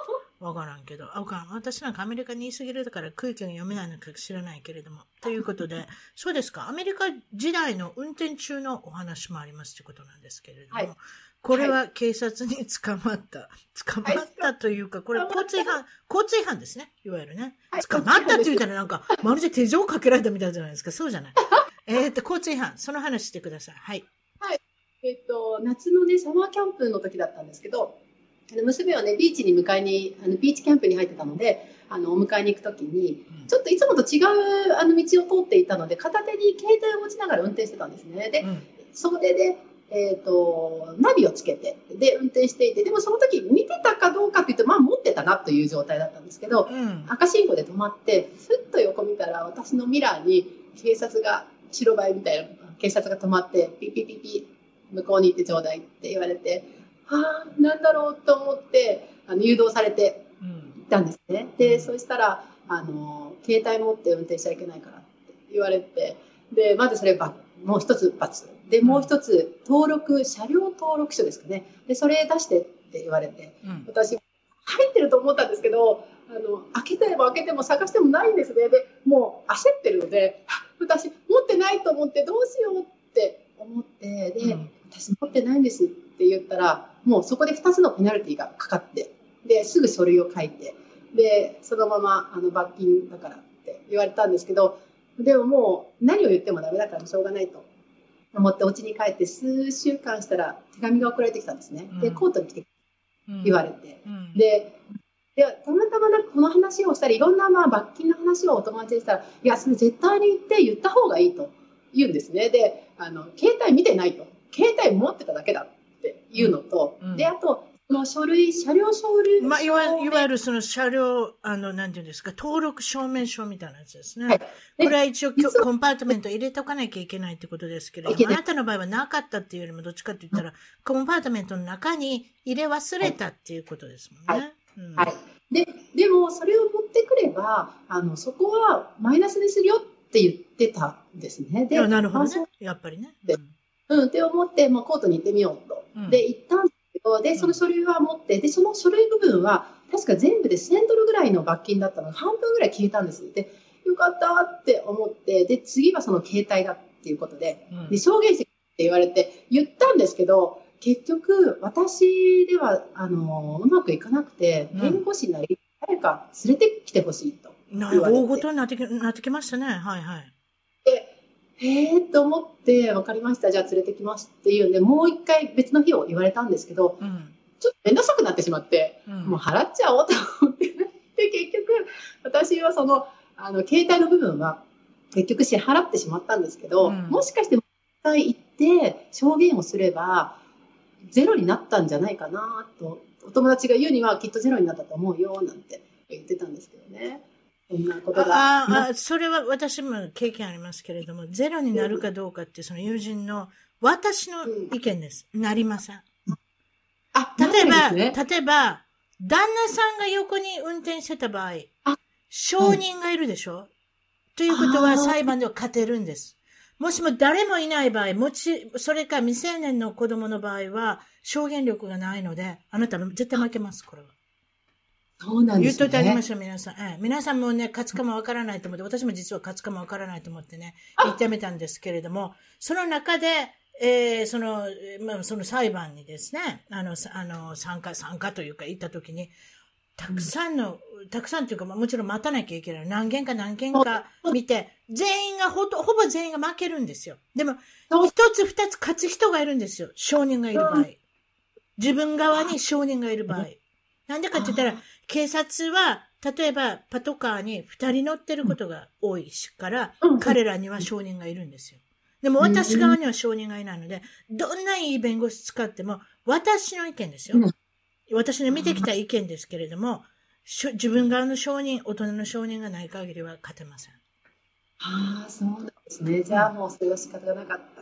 Speaker 1: わからんけど。あかん。私なんかアメリカにいすぎるだから空気が読めないのか知らないけれども。ということで、そうですか。アメリカ時代の運転中のお話もありますということなんですけれども。はい、これは警察に捕まった。捕まったというか、これ交通違反、交通違反ですね。いわゆるね。捕まったって言ったらなんか、まるで手錠かけられたみたいじゃないですか。そうじゃない。えっと、交通違反。その話してください。はい。
Speaker 2: はい。えっと、夏のね、サマーキャンプの時だったんですけど、娘はね、ビーチに迎えに、あの、ビーチキャンプに入ってたので、あの、お迎えに行くときに、ちょっといつもと違う、あの、道を通っていたので、片手に携帯を持ちながら運転してたんですね。で、うん、それで、えっと、ナビをつけて、で、運転していて、でもその時見てたかどうかって言うと、まあ持ってたなという状態だったんですけど、うん、赤信号で止まって、ふっと横見たら、私のミラーに警察が、白バイみたいな、警察が止まって、ピピピピ、向こうに行ってちょうだいって言われて、はあ、なんだろうと思って、あの、誘導されて行ったんですね。うん、で、そしたら、あの、携帯持って運転しちゃいけないからって言われて、で、まずそれば、もう一つ罰。で、もう一つ、登録、車両登録書ですかね。で、それ出してって言われて、うん、私、入ってると思ったんですけど、あの、開けても開けても探してもないんですね。で、もう焦ってるので、私、持ってないと思ってどうしようって思って、で、うん、私持ってないんですって言ったら、もうそこでふたつのペナルティがかかって、で、すぐ書類を書いて、で、そのまま、あの、罰金だからって言われたんですけど、でももう何を言ってもダメだからしょうがないと思って、お家に帰って数週間したら手紙が送られてきたんですね。で、コートに来て言われて、うんうん、で、で、たまたまなんかこの話をしたり、いろんなまあ罰金の話をお友達にしたら、いや、それ絶対に言って言った方がいいと言うんですね。で、あの、携帯見てないと。携帯持ってただけだっていうのと、うんうん、で、あと、その書類、車両書類。
Speaker 1: まあ、いわいわゆるその車両、あの、なんていうんですか、登録証明書みたいなやつですね。はい、これは一応コンパートメント入れとかなきゃいけないってことですけれども、あなたの場合はなかったっていうよりもどっちかって言ったら、コンパートメントの中に入れ忘れたっていうことですもんね。はい。
Speaker 2: うんはい、で、でも、それを持ってくれば、あの、そこはマイナスにするよって言ってたんですね。で、
Speaker 1: なるほどね。やっぱりね。
Speaker 2: うん、うん、って思って、まあ、コートに行ってみようと。うん、で、行ったんですけど、で、その書類は持って、で、その書類部分は、確か全部でせんドルぐらいの罰金だったのが、半分ぐらい消えたんです。で、よかったって思って、で、次はその携帯だっていうことで、うん、で、証言してって言われて、言ったんですけど、結局、私では、あの、うまくいかなくて、弁護士なり、誰か連れてきてほしいと言われて。
Speaker 1: 大事になってき、なってきましたね。はいはい。
Speaker 2: で、へーと思って、わかりました。じゃあ連れてきますっていうんで、もう一回別の日を言われたんですけど、うん、ちょっとめんどくさくなってしまって、うん、もう払っちゃおうと思って。で、結局、私はその、あの、携帯の部分は、結局支払ってしまったんですけど、うん、もしかしてもう一回行って証言をすれば、ゼロになったんじゃないかなと、お友達が言うにはきっとゼロになったと思うよ、なんて言ってたんですけどね。そんなことが。
Speaker 1: ああ、それは私も経験ありますけれども、ゼロになるかどうかってその友人の私の意見です。うん、なりません。あ、例えば、ね、例えば、旦那さんが横に運転してた場合、証人がいるでしょ、はい、ということは裁判では勝てるんです。もしも誰もいない場合、もち、それか未成年の子供の場合は、証言力がないので、あなた絶対負けます、これは。
Speaker 2: そうなんですね。
Speaker 1: 言っといてあげましょう、皆さん。ええ、皆さんもね、勝つかもわからないと思って、私も実は勝つかもわからないと思ってね、言ってみたんですけれども、その中で、えー、その、まあ、その裁判にですね、あの、あの、参加、参加というか行った時に、たくさんの、うん、たくさんというか、もちろん待たなきゃいけない。何件か何件か見て、全員がほと、ほぼ全員が負けるんですよ。でも、一つ二つ勝つ人がいるんですよ。証人がいる場合。自分側に証人がいる場合。なんでかって言ったら、警察は、例えばパトカーに二人乗ってることが多いしから、彼らには証人がいるんですよ。でも私側には証人がいないので、どんないい弁護士使っても、私の意見ですよ。私の見てきた意見ですけれども、自分側の証人、大人の証人がない限りは勝てません。
Speaker 2: ああ、そうなんですね。じゃあもうそれは仕方がなかった。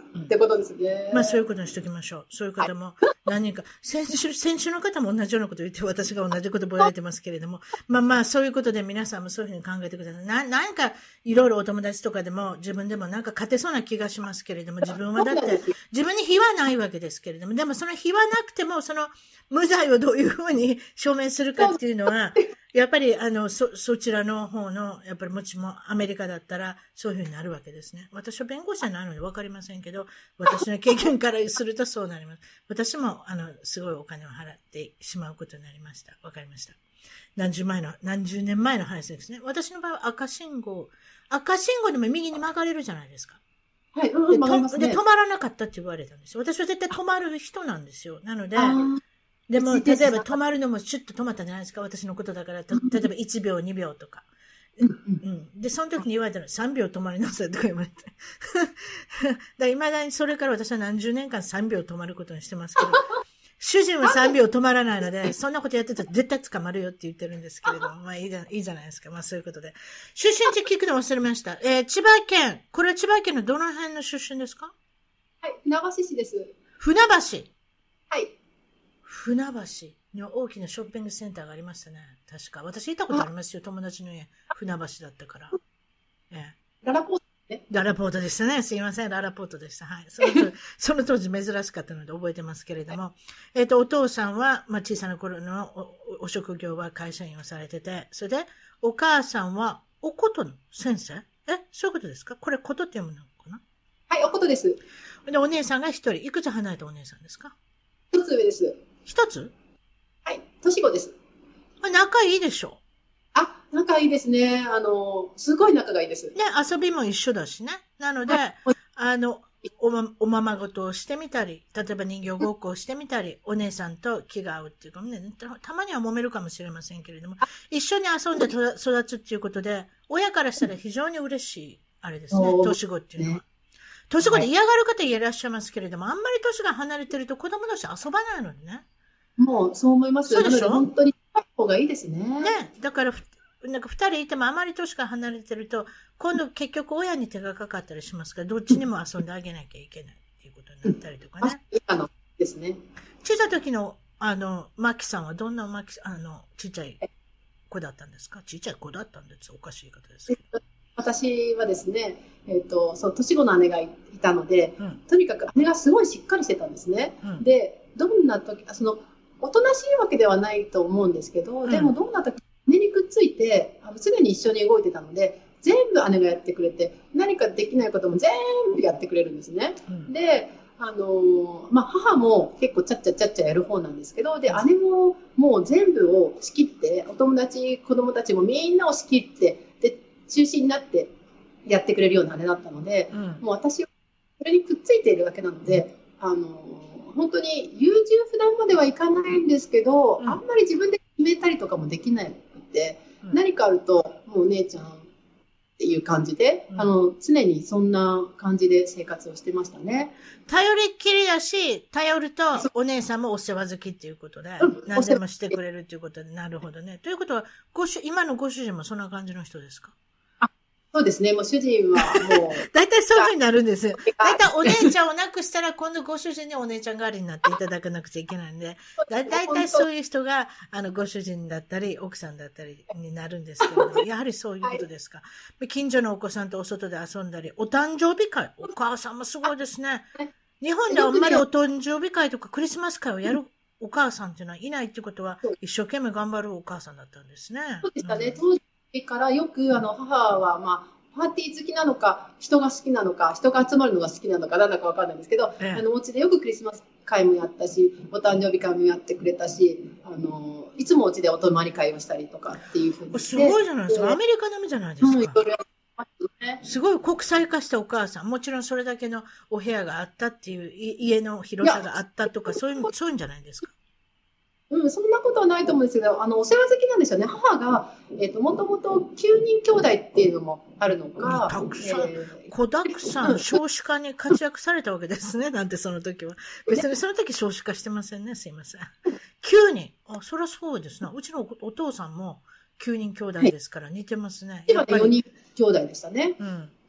Speaker 2: ってことですね。
Speaker 1: まあそういうことにしておきましょう。そういう方も何人か、先週、先週の方も同じようなことを言って、私が同じことぼやいてますけれども、まあまあそういうことで皆さんもそういうふうに考えてください。な、なんかいろいろお友達とかでも自分でもなんか勝てそうな気がしますけれども、自分はだって自分に非はないわけですけれども、でもその非はなくても、その無罪をどういうふうに証明するかっていうのは、やっぱり、あの、そ、そちらの方の、やっぱりもちもアメリカだったら、そういうふうになるわけですね。私は弁護士じゃないのでわかりませんけど、私の経験からするとそうなります。私も、あの、すごいお金を払ってしまうことになりました。わかりました。何十前の、何十年前の話ですね。私の場合は赤信号、赤信号でも右に曲がれるじゃないですか。
Speaker 2: はい、うん、
Speaker 1: で、
Speaker 2: 曲がりますね。
Speaker 1: で、止まらなかったって言われたんですよ。私は絶対止まる人なんですよ。なので、でも、例えば止まるのもシュッと止まったじゃないですか。私のことだから、例えばいちびょう、にびょうとか。うんうん、で、その時に言われたのさんびょう止まりなさいとか言われて。だいまだにそれから私は何十年間さんびょう止まることにしてますけど、主人はさんびょう止まらないので、そんなことやってたら絶対捕まるよって言ってるんですけれども、まあいいじゃいいじゃないですか。まあそういうことで。出身地聞くの忘れました。えー、千葉県。これは千葉県のどの辺の出身ですか？
Speaker 2: はい、船橋市です。
Speaker 1: 船橋。
Speaker 2: はい。
Speaker 1: 船橋に大きなショッピングセンターがありましたね。確か。私行ったことありますよ。友達の家。船橋だったから。ええ、
Speaker 2: ララポートね。
Speaker 1: ララポートでしたね。すいません。ララポートでした。はい。その当その当時珍しかったので覚えてますけれども。はい、えっと、お父さんは、まあ、小さな頃の お, お職業は会社員をされてて、それで、お母さんは、おことの先生？え、そういうことですか？これ、ことって読むのかな？
Speaker 2: はい、おことです。
Speaker 1: で、お姉さんが一人。いくつ離れたお姉さんですか？
Speaker 2: 一つ上です。
Speaker 1: 一つ？
Speaker 2: はい、年子です。
Speaker 1: 仲いいでしょ？
Speaker 2: あ、仲いいですね。あの、すごい仲がいいです。
Speaker 1: ね、遊びも一緒だしね。なので、はい、あの、おま、おままごとをしてみたり、例えば人形ごっこをしてみたり、お姉さんと気が合うっていうかね、た、たまには揉めるかもしれませんけれども、一緒に遊んでと育つっていうことで、親からしたら非常に嬉しい、あれですね、年子っていうのは。年子で嫌がる方いらっしゃいますけれども、あんまり年が離れてると子供同士遊ばないのでね。
Speaker 2: もう、そう思います。
Speaker 1: そうでしょ？
Speaker 2: 本当に、方がいいですね。
Speaker 1: ね。だから、なんか二人いてもあまり年が離れてると、今度結局親に手がかかったりしますから、どっちにも遊んであげなきゃいけないっていうことになったりとかね。
Speaker 2: あの、ですね。
Speaker 1: 小さい時の、あの、マキさんはどんなマキ、あの、ちっちゃい子だったんですか？ちっちゃい子だったんです。おかしい言い方ですけど。
Speaker 2: 私はですね、えっと、そう、年子の姉がいたので、うん、とにかく姉がすごいしっかりしてたんですね。うん、で、どんな時、その、おとなしいわけではないと思うんですけど、うん、でもどんな時、姉にくっついて、あの常に一緒に動いてたので、全部姉がやってくれて、何かできないことも全部やってくれるんですね。うん、で、あのまあ、母も結構ちゃっちゃちゃっちゃやる方なんですけど、で、姉ももう全部を仕切って、お友達、子供たちもみんなを仕切って、で、中心になってやってくれるような姉だったので、うん、もう私はそれにくっついているだけなので、あの本当に優柔不断まではいかないんですけど、うん、あんまり自分で決めたりとかもできないので、うん、何かあるともうお姉ちゃんっていう感じで、うん、あの常にそんな感じで生活をしてましたね。
Speaker 1: 頼りっきりだし、頼るとお姉さんもお世話好きっていうことで、うん、何でもしてくれるっていうことで、なるほどね。ということはご主今のご主人もそんな感じの人ですか？
Speaker 2: そうですね。もう主人はもう。
Speaker 1: 大体そういう風になるんですよ。大体お姉ちゃんを亡くしたら今度ご主人にお姉ちゃん代わりになっていただかなくちゃいけないんで、だ大体そういう人が、あの、ご主人だったり、奥さんだったりになるんですけども、やはりそういうことですか。はい、近所のお子さんとお外で遊んだり、お誕生日会、お母さんもすごいですね。日本ではあんまりお誕生日会とかクリスマス会をやるお母さんっていうのはいないっていうことは、一生懸命頑張るお母さんだったんですね。
Speaker 2: そうでしたね。当時からよく、あの、母は、まあ、パーティー好きなのか、人が好きなのか、人が集まるのが好きなのか、なんだかわかんないんですけど、ええ、あの、お家でよくクリスマス会もやったし、お誕生日会もやってくれたし、あの、いつもお家でお泊まり会をしたりとかっていうふうに。
Speaker 1: すごいじゃないですか。アメリカ並みじゃないですか。うん、いろいろすごい国際化したお母さん。もちろんそれだけのお部屋があったっていう、家の広さがあったとか、そういう、そういうんじゃないですか。
Speaker 2: うん、そんなことはないと思うんですけど、あの、お世話好きなんですよね。母が、えっと、もともときゅうにん兄弟っていうのもあるのか。
Speaker 1: たくさん、えー、子だくさん、少子化に活躍されたわけですね。なんてその時は。別にその時少子化してませんね。すいません。きゅうにん。あ、そりゃそうですな。うちのお父さんもきゅうにん兄弟ですから似てますね。
Speaker 2: やっぱりよにん兄弟でしたね。
Speaker 1: うん。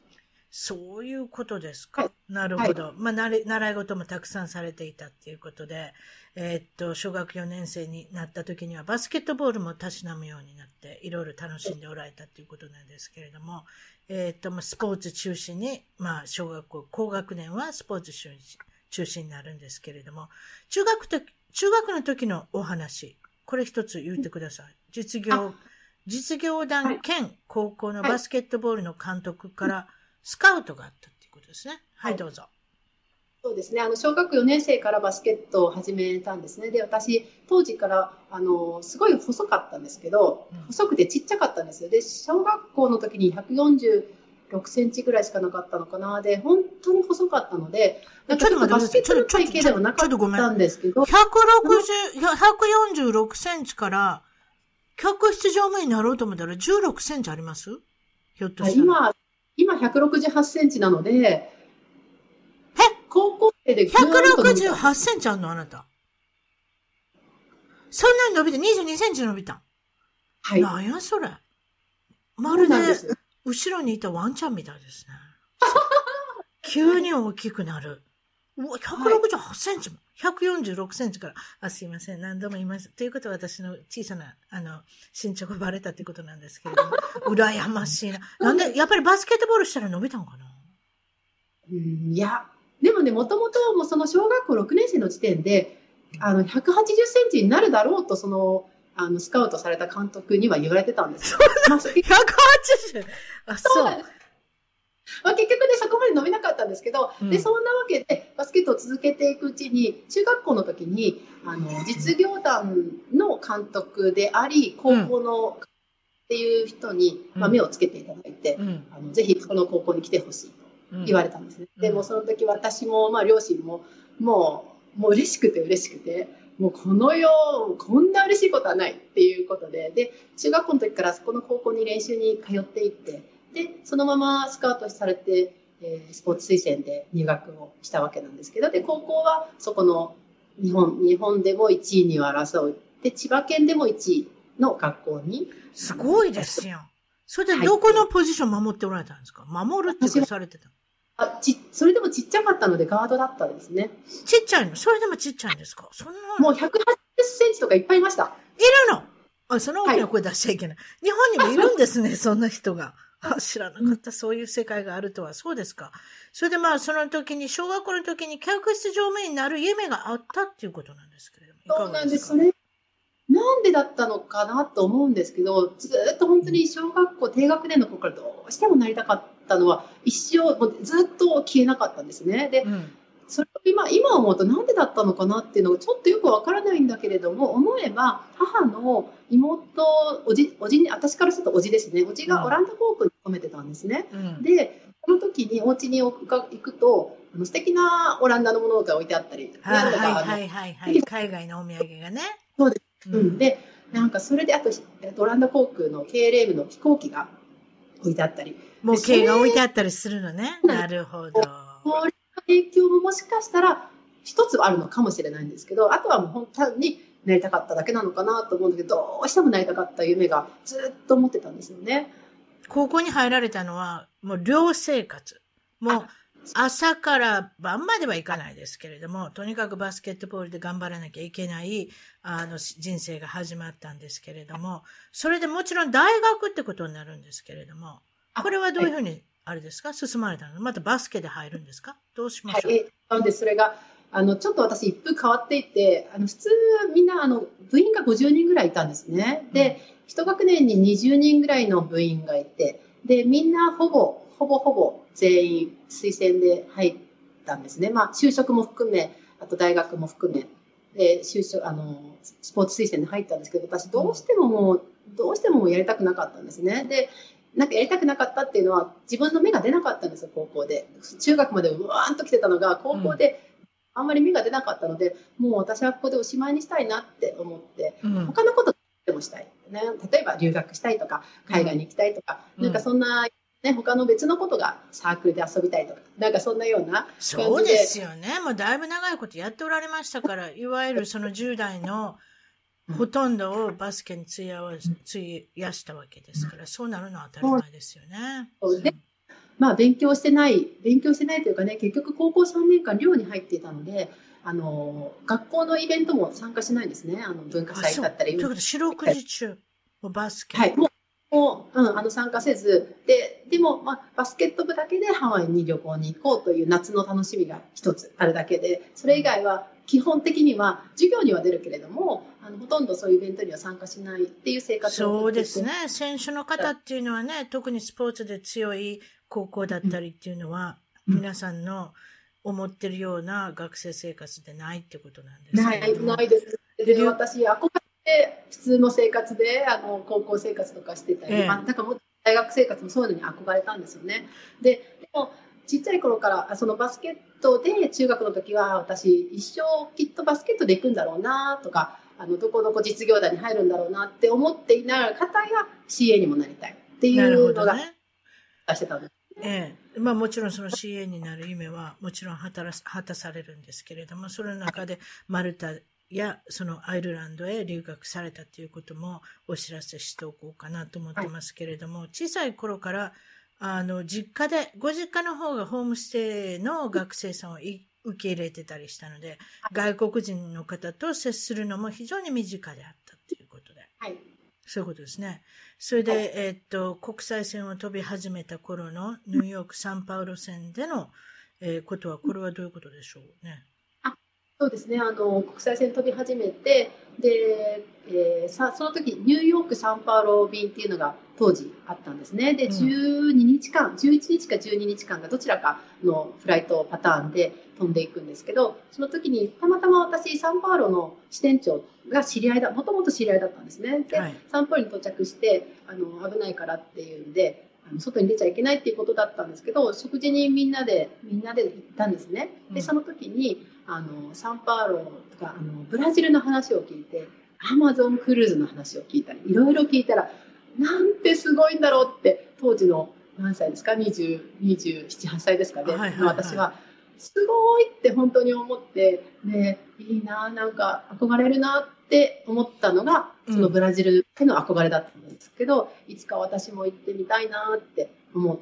Speaker 1: そういうことですか。
Speaker 2: はい、
Speaker 1: なるほど。はい、まあ、習い事もたくさんされていたっていうことで、えー、っと、小学よねん生になった時にはバスケットボールもたしなむようになって、いろいろ楽しんでおられたっていうことなんですけれども、えー、っと、スポーツ中心に、まあ、小学校、高学年はスポーツ中心になるんですけれども、中学と、中学の時のお話、これ一つ言ってください。実業、実業団兼高校のバスケットボールの監督からスカウトがあったっていうことですね。はい、どうぞ。
Speaker 2: そうですね。あの、小学よねん生からバスケットを始めたんですね。で、私、当時から、あの、すごい細かったんですけど、うん、細くてちっちゃかったんですよ。で、小学校の時にひゃくよんじゅうろくセンチぐらいしかなかったのかな。で、本当に細かったので、
Speaker 1: ちょっと待って、バスケットの体型ではなかったんですけど。ひゃくろくじゅう、ひゃくよんじゅうろくセンチから、客室乗務員になろうと思ったらじゅうろくセンチあります？ひょっとしたら。
Speaker 2: 今、今ひゃくろくじゅうはちセンチなので、
Speaker 1: え
Speaker 2: 高校生で
Speaker 1: ひゃくろくじゅうはちセンチあんのあなた。そんなに伸びてにじゅうにセンチ伸びた。
Speaker 2: はい。
Speaker 1: なんやそれ。まるで、後ろにいたワンちゃんみたいですね。急に大きくなる。うわ、ひゃくろくじゅうはちセンチも。ひゃくよんじゅうろくセンチから。あ、すいません。何度も言います。ということは私の小さな、あの、身長がバレたということなんですけれども。羨ましいな。なんで、やっぱりバスケットボールしたら伸びたんかな？
Speaker 2: うん、いや、でもね、もともともその小学校ろくねん生の時点で、あの、ひゃくはちじゅっセンチになるだろうと、その、あの、スカウトされた監督には言われてたんですよ。
Speaker 1: まあ、ひゃくはちじゅう! あ、そう。
Speaker 2: まあ、結局ね、そこまで伸びなかったんですけど、うん、で、そんなわけで、バスケットを続けていくうちに、中学校の時に、あの、実業団の監督であり、高校の、っていう人に、まあ、目をつけていただいて、うん、あのぜひこの高校に来てほしいと言われたんですね。うん、でもその時私も、まあ、両親も、もう、もう嬉しくて嬉しくて、もうこの世、こんな嬉しいことはないっていうことで、で、中学校の時からそこの高校に練習に通っていって、で、そのままスカウトされて、えー、スポーツ推薦で入学をしたわけなんですけど、で、高校はそこの日本、日本でもいちいには争う。で、千葉県でもいちいの学校に。
Speaker 1: すごいですよ。それでどこのポジション守っておられたんですか？守るっていうかされてた？
Speaker 2: あ、ち、それでもちっちゃかったのでガードだったんですね。
Speaker 1: ちっちゃいの？それでもちっちゃいんですか？そんな。
Speaker 2: もうひゃくはちじゅっセンチとかいっぱいいました。
Speaker 1: いるの？あ、その大きな声出しちゃいけない。はい、日本にもいるんですね、そんな人が。あ、知らなかった。そういう世界があるとは。そうですか。それでまあ、その時に、小学校の時に客室乗務員になる夢があったっていうことなんですけれども。いか
Speaker 2: そうなんです。それ、なんでだったのかなと思うんですけど、ずっと本当に小学校低学年の頃からどうしてもなりたかったのは、一生、もうずっと消えなかったんですね。で、うん、それを今、今思うとなんでだったのかなっていうのがちょっとよくわからないんだけれども、思えば母の妹、おじ、おじに、私からするとおじですね。おじがオランダ航空に勤めてたんですね。うん、で、その時にお家に行くと、あの素敵なオランダのものが置いてあったり。
Speaker 1: はいはいはいはい。海外のお土産がね。
Speaker 2: そうです。うん。で、なんかそれで、あと、オランダ航空の ケーエルエム の飛行機が置いてあったり。
Speaker 1: 模型が置いてあったりするのね。なるほど。
Speaker 2: これの影響ももしかしたら一つはあるのかもしれないんですけど、あとはもう本当になりたかっただけなのかなと思うんだけど、どうしてもなりたかった夢がずっと思ってたんですよね。
Speaker 1: 高校に入られたのは、もう寮生活。もう朝から晩まではいかないですけれども、とにかくバスケットボールで頑張らなきゃいけない、あの、人生が始まったんですけれども、それでもちろん大学ってことになるんですけれども、これはどういうふうに、あれですか？進まれたの？またバスケで入るんですか？どうしましょう？
Speaker 2: はい。なので、それが、あの、ちょっと私一風変わっていて、あの、普通みんな、あの、部員がごじゅうにんぐらいいたんですね。で、一学年ににじゅうにんぐらいの部員がいて、で、みんなほぼ、ほぼほぼ全員推薦で入ったんですね。まあ、就職も含め、あと大学も含め、で、就職、あの、スポーツ推薦で入ったんですけど、私どうしてももう、どうしてももうやりたくなかったんですね。で、なんかやりたくなかったっていうのは自分の目が出なかったんですよ、高校で。中学までうわーんと来てたのが、高校であんまり目が出なかったので、うん、もう私はここでおしまいにしたいなって思って、うん、他のことでもしたい、ね。例えば留学したいとか、海外に行きたいとか、うん、なんかそんな、ね、他の別のことがサークルで遊びたいとか、なんかそんなような感じで。
Speaker 1: そうですよね。もうだいぶ長いことやっておられましたから、いわゆるそのじゅう代のほとんどをバスケに費やしたわけですから、そうなるのは当たり前ですよね。
Speaker 2: そうで、 まあ勉強してない、勉強してないというかね、結局高校さんねんかん寮に入っていたので、あの、学校のイベントも参加しないんですね。あの、文化祭だったり。
Speaker 1: ということで、四六時中、バスケ。
Speaker 2: はい。もう、もう、うん、あの、参加せず、で、でも、まあ、バスケット部だけでハワイに旅行に行こうという夏の楽しみが一つあるだけで、それ以外は、基本的には、授業には出るけれども、あの、ほとんどそういうイベントには参加しないっていう生活を。
Speaker 1: そうですね。選手の方っていうのはね、特にスポーツで強い高校だったりっていうのは、うん、皆さんの思ってるような学生生活でないってことなんです
Speaker 2: けどない、ないです。で、私、憧れて、普通の生活で、あの、高校生活とかしてたり、ええ、まあ、だからも大学生活もそういうのに憧れたんですよね。で、でも、ちっちゃい頃から、そのバスケットで、中学の時は、私、一生きっとバスケットで行くんだろうな、とか、あの、どこどこ実業団に入るんだろうなって思っていながら、方が シーエー にもなりたいっていうのが、ね、出してたんです。
Speaker 1: ええ。まあもちろんその シーエー になる夢はもちろん果たされるんですけれども、その中でマルタやそのアイルランドへ留学されたということもお知らせしておこうかなと思ってますけれども、小さい頃からあの実家で、ご実家の方がホームステイの学生さんを受け入れてたりしたので、外国人の方と接するのも非常に身近であったということで。
Speaker 2: はい。
Speaker 1: そういうことですね。それで、はい、えー、っと、国際線を飛び始めた頃のニューヨーク・サンパウロ線での、えー、ことは、これはどういうことでしょうね。
Speaker 2: あ、そうですね。あの、国際線飛び始めて、で、えー、さ、その時、ニューヨーク・サンパウロ便っていうのが当時あったんですね。で、じゅうににちかん、じゅういちにちかじゅうににちかんがどちらかのフライトパターンで飛んでいくんですけど、その時にたまたま私、サンパウロの支店長が知り合いだ、もともと知り合いだったんですね。で、はい、サンパウロに到着して、あの、危ないからっていうんで、あの外に出ちゃいけないっていうことだったんですけど、食事にみんなで、みんなで行ったんですね。で、その時に、あの、サンパウロとか、あの、ブラジルの話を聞いて、アマゾンクルーズの話を聞いたり、いろいろ聞いたら、なんてすごいんだろうって、当時の何歳ですか ?にじゅう、にじゅうなな、はっさいですかね。はいはいはい、私は、すごいって本当に思って、ね、いいな、なんか憧れるなって思ったのが、そのブラジルへの憧れだったんですけど、うん、いつか私も行ってみたいなって思って、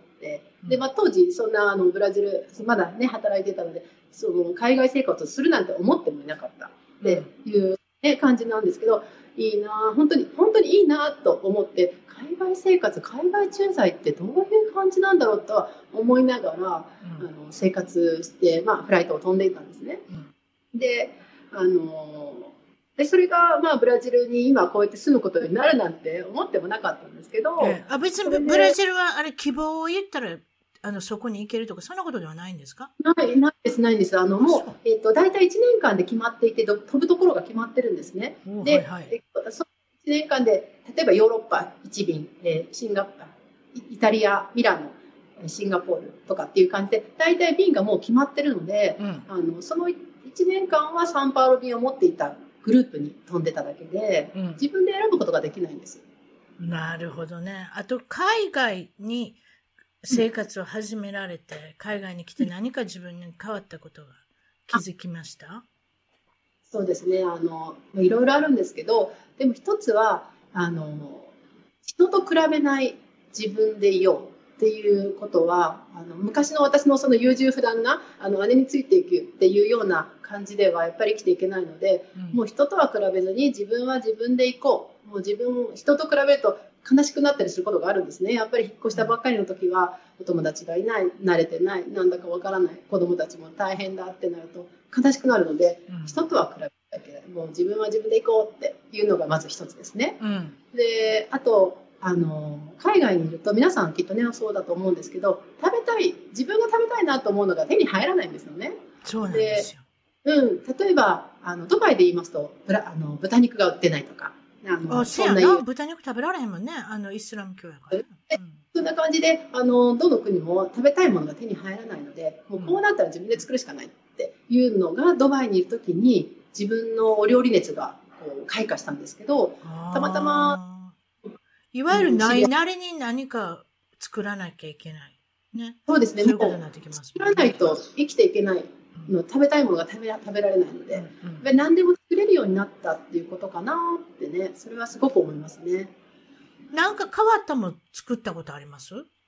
Speaker 2: で、まあ当時そんなあのブラジル、まだね、働いてたので、その海外生活をするなんて思ってもいなかったっていう、ね、感じなんですけど、いいな、本当に、本当にいいなと思って、海外生活、海外駐在ってどういう感じなんだろうとは思いながら、うん、あの生活して、まあ、フライトを飛んでいたんですね。うん、で、あの、で、それが、まあ、ブラジルに今こうやって住むことになるなんて思ってもなかったんですけど。
Speaker 1: ええ、あ、別にブラジルはあれ希望を言ったら、あの、そこに行けるとか、そんなことではないんですか？
Speaker 2: ない、ないです、ないんです。あの、もう、えっと、大体いちねんかんで決まっていて、飛ぶところが決まってるんですね。で、はいはい、えっと、そのいちねんかんで、例えばヨーロッパいち便、えー、シンガポール、イタリア、ミラノ、シンガポールとかっていう感じで、大体便がもう決まってるので、うん、あの、そのいちねんかんはサンパウロ便を持っていたグループに飛んでただけで、うん、自分で選ぶことができないんです。
Speaker 1: なるほどね。あと、海外に生活を始められて、うん、海外に来て何か自分に変わったことが気づきました？
Speaker 2: そうですね。あの、いろいろあるんですけど、でも一つは、あの、人と比べない自分でいようっていうことは、あの昔の私のその優柔不断なあの姉についていくっていうような感じではやっぱり生きていけないので、うん、もう人とは比べずに自分は自分でいこう。もう自分、人と比べると悲しくなったりすることがあるんですね。やっぱり引っ越したばっかりの時はお友達がいない、慣れてない、なんだかわからない、子供たちも大変だってなると悲しくなるので、うん、人とは比べなきゃいけない。もう自分は自分でいこうっていうのがまず一つですね。うん、で、あと、あの、海外にいると皆さんきっとね、そうだと思うんですけど、食べたい、自分が食べたいなと思うのが手に入らないんですよね。
Speaker 1: そうなんですよ。
Speaker 2: うん、例えば、あの、ドバイで言いますと、ブラあの豚肉が売ってないとか。
Speaker 1: あの、あ、そうやな。豚肉食べられへんもんね。あの、イスラム教やから、ね。
Speaker 2: うん、そんな感じで、あの、どの国も食べたいものが手に入らないので、もうこうなったら自分で作るしかないっていうのが、ドバイにいるときに、自分のお料理熱がこう開花したんですけど、たまたま、
Speaker 1: いわゆるないなりに何か作らなきゃいけない。ね。
Speaker 2: そうですね。
Speaker 1: そういうことになってきます、ね。
Speaker 2: 作らないと生きていけないの、食べたいものが食べら、食べられないので、うんうん、何でも作れるようになったっていうことかなってね、それはすごく思いますね。
Speaker 1: なんか変わったもの作ったことあります？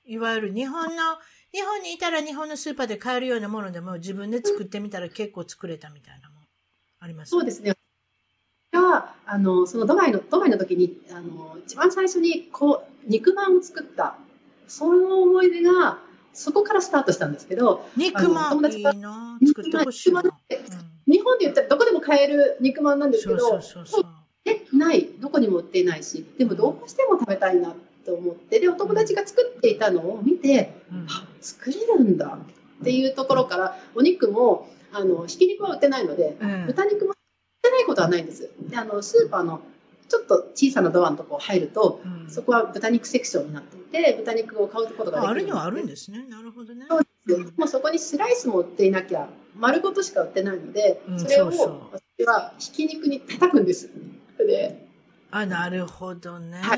Speaker 1: いわゆる日本の、日本にいたら日本のスーパーで買えるようなものでも自分で作ってみたら結構作れたみたいなもんあります、ね、
Speaker 2: そうですね。が、あの、そのドバイの、ドバイの時に、あの、一番最初に、こう、肉まんを作った、その思い出が、そこからスタートしたんですけど、
Speaker 1: 肉まんいいな、作ってほしいな、うん。
Speaker 2: 日本で言ったらどこでも買える肉まんなんですけど、
Speaker 1: そうそうそうそう
Speaker 2: え、ない、どこにも売っていないし、でもどうしても食べたいなと思って、で、お友達が作っていたのを見て、うん、あ、作れるんだっていうところから、お肉も、あの、ひき肉は売ってないので、うん、豚肉も売ってないことはないんです。で、あの、スーパーのちょっと小さなドアのところ入ると、うん、そこは豚肉セクションになっていて、豚肉を買うことができる。
Speaker 1: あれにはあるんですね。なるほどね。
Speaker 2: そうです。もうそこにスライスも売っていなきゃ、丸ごとしか売ってないので、それを私はひき肉に叩くんです。で、
Speaker 1: あ、なるほどね。はい、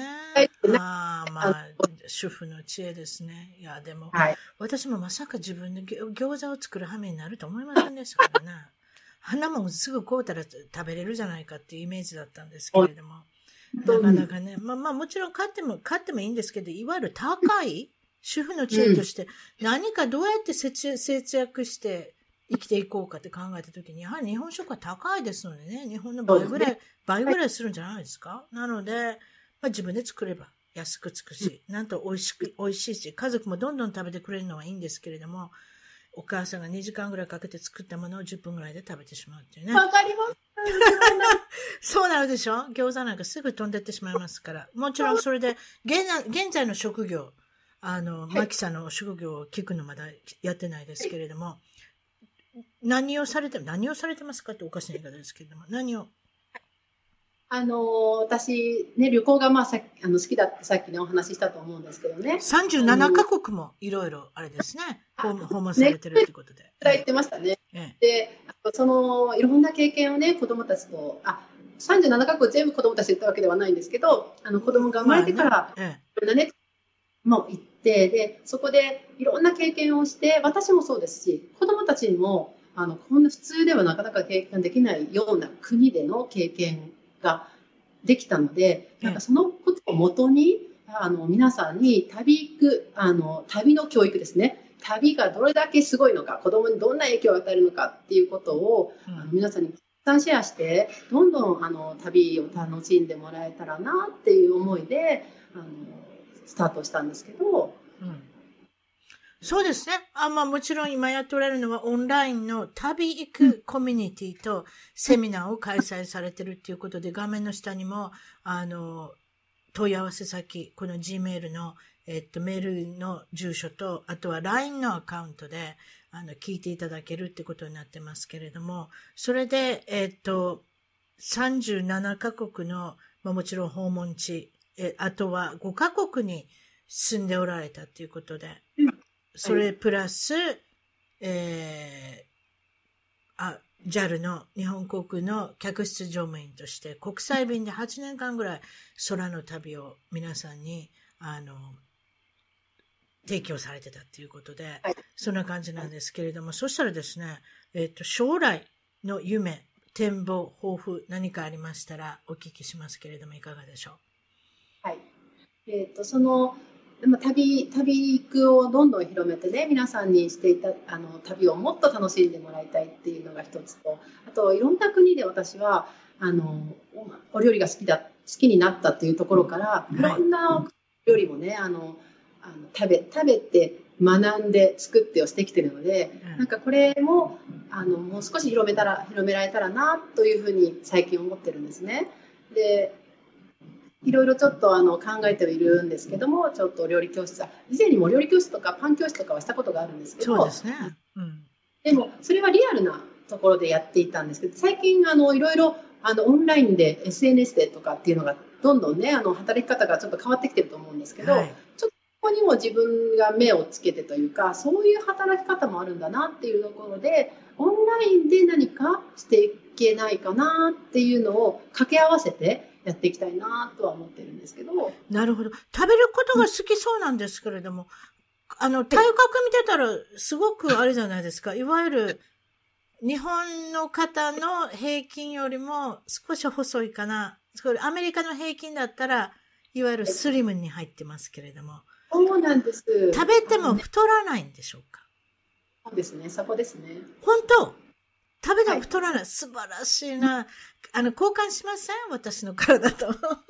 Speaker 1: ああ、まあ、主婦の知恵ですね。いや、でも、はい、私もまさか自分で餃子を作る羽目になると思いませんでしたからね。花もすぐ買うたら食べれるじゃないかっていうイメージだったんですけれども。なかなかね。まあまあもちろん買っても、買ってもいいんですけど、いわゆる高い主婦の知恵として、何かどうやって節約して生きていこうかって考えたときに、やはり日本食は高いですのでね、日本の倍ぐらい、倍ぐらいするんじゃないですか。なので、まあ自分で作れば安くつくし、なんと美味しく、美味しいし、家族もどんどん食べてくれるのはいいんですけれども、お母さんがにじかんぐらいかけて作ったものをじゅっぷんぐらいで食べてしまうっていうね。
Speaker 2: わかります。
Speaker 1: そうなるでしょ？餃子なんかすぐ飛んでってしまいますから。もちろんそれで、現在、現在の職業、あの、マキさんの職業を聞くのまだやってないですけれども、何をされて、何をされてますかっておかしな言い方ですけれども、何を
Speaker 2: あの、私、ね、旅行がまあさあの好きだってさっきねお話ししたと思うんですけどね。
Speaker 1: さんじゅうななカ国もいろいろあれですね。訪問されてるってことで。ね、
Speaker 2: 言ってましたね。ええ、で、そのいろんな経験をね、子供たちと、あ、さんじゅうななカ国全部子供たちと行ったわけではないんですけど、あの子供が生まれてから、まあね、いろんなね、もう行って、で、そこでいろんな経験をして、私もそうですし、子供たちにも、あの、こんな普通ではなかなか経験できないような国での経験ができたので、なんかそのことをもとに、あの、皆さんに旅行く、あの、旅の教育ですね。旅がどれだけすごいのか、子供にどんな影響を与えるのかっていうことを、うん、あの皆さんにたくさんシェアして、どんどんあの旅を楽しんでもらえたらなっていう思いで、あの、スタートしたんですけど、うん、
Speaker 1: そうですね。あ、まあもちろん今やっておられるのはオンラインの旅行くコミュニティとセミナーを開催されてるっていうことで、画面の下にも、あの、問い合わせ先、この Gmail の、えっと、メールの住所と、あとは ライン のアカウントで、あの、聞いていただけるってことになってますけれども、それで、えっと、さんじゅうななカ国の、まあもちろん訪問地、え、あとはごカ国に住んでおられたっていうことで、それプラス、えー、あ、ジャル の日本航空の客室乗務員として国際便ではちねんかんぐらい空の旅を皆さんに、あの、提供されてたっていうことで、はい、そんな感じなんですけれども、そしたらですね、えっと、将来の夢、展望、抱負、何かありましたらお聞きしますけれども、いかがでしょう？
Speaker 2: はい。えっと、その、旅、旅行くをどんどん広めてね、皆さんにしていた、あの、旅をもっと楽しんでもらいたいっていうのが一つと、あと、いろんな国で私は、あの、お料理が好きだ、好きになったっていうところから、いろんな料理もね、あの、あの食べ、食べて、学んで作ってをしてきてるので、なんかこれも、あの、もう少し広めたら、広められたらな、というふうに最近思ってるんですね。で、いろいろちょっとあの考えてはいるんですけども、ちょっと料理教室は、以前にも料理教室とかパン教室とかはしたことがあるんですけど、
Speaker 1: そうですね。うん、
Speaker 2: でも、それはリアルなところでやっていたんですけど、最近あのいろいろあのオンラインで エスエヌエス でとかっていうのがどんどんね、あの働き方がちょっと変わってきてると思うんですけど、はい、ちょっとここにも自分が目をつけてというか、そういう働き方もあるんだなっていうところで、オンラインで何かしていけないかなっていうのを掛け合わせてやっていきたいなとは思ってるんですけど。
Speaker 1: なるほど。食べることが好きそうなんですけれども、あの、体格見てたらすごくあれじゃないですか。いわゆる日本の方の平均よりも少し細いかな。アメリカの平均だったら、いわゆるスリムに入ってますけれども。
Speaker 2: そうなんです。
Speaker 1: 食べても太らないんでしょうか？
Speaker 2: そうですね。そこですね。
Speaker 1: 本当？食べても太らない。はい、素晴らしいな。あの、交換しません？私の体と。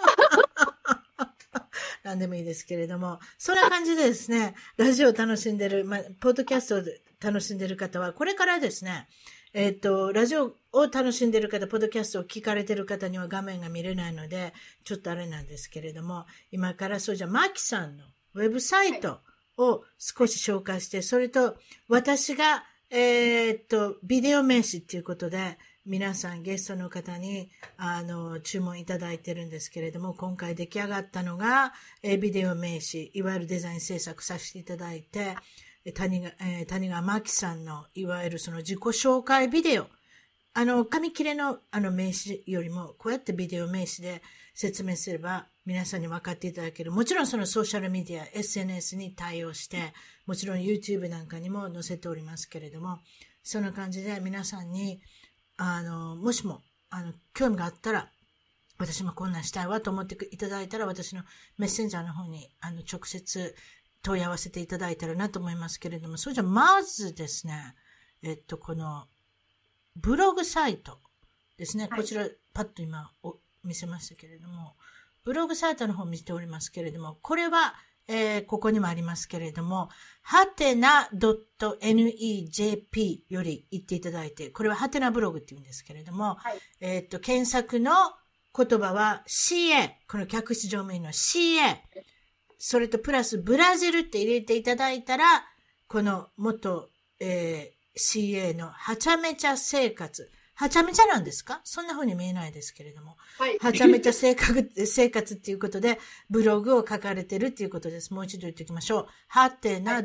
Speaker 1: 何でもいいですけれども。そんな感じでですね、ラジオを楽しんでる、まあ、ポッドキャストを楽しんでる方は、これからですね、えっと、ラジオを楽しんでる方、ポッドキャストを聞かれてる方には画面が見れないので、ちょっとあれなんですけれども、今からそうじゃ、マキさんのウェブサイトを少し紹介して、それと私が、えー、っと、ビデオ名詞っていうことで、皆さんゲストの方に、あの、注文いただいてるんですけれども、今回出来上がったのが、えー、ビデオ名詞、いわゆるデザイン制作させていただいて、谷川、えー、谷川真紀さんの、いわゆるその自己紹介ビデオ。あの、紙切れのあの名詞よりも、こうやってビデオ名詞で説明すれば、皆さんに分かっていただける。もちろんそのソーシャルメディア、エスエヌエス に対応して、もちろん YouTube なんかにも載せておりますけれども、そんな感じで皆さんに、あの、もしも、あの、興味があったら、私もこんなんしたいわと思っていただいたら、私のメッセンジャーの方に、あの、直接、問い合わせていただいたらなと思いますけれども、それじゃまずですね、えっと、この、ブログサイトですね。こちら、パッと今お見せましたけれども、ブログサイトの方を見ておりますけれども、これは、えー、ここにもありますけれども、はてな .nejp より言っていただいて、これははてなブログって言うんですけれども、はい、えっと、検索の言葉は シーエー、この客室乗務員の シーエー、それとプラスブラジルって入れていただいたら、この元、えー、シーエー のはちゃめちゃ生活。はちゃめちゃなんですか？そんな風に見えないですけれども。はい。はちゃめちゃ生活、生活っていうことで、ブログを書かれてるっていうことです。もう一度言っておきましょう。はてな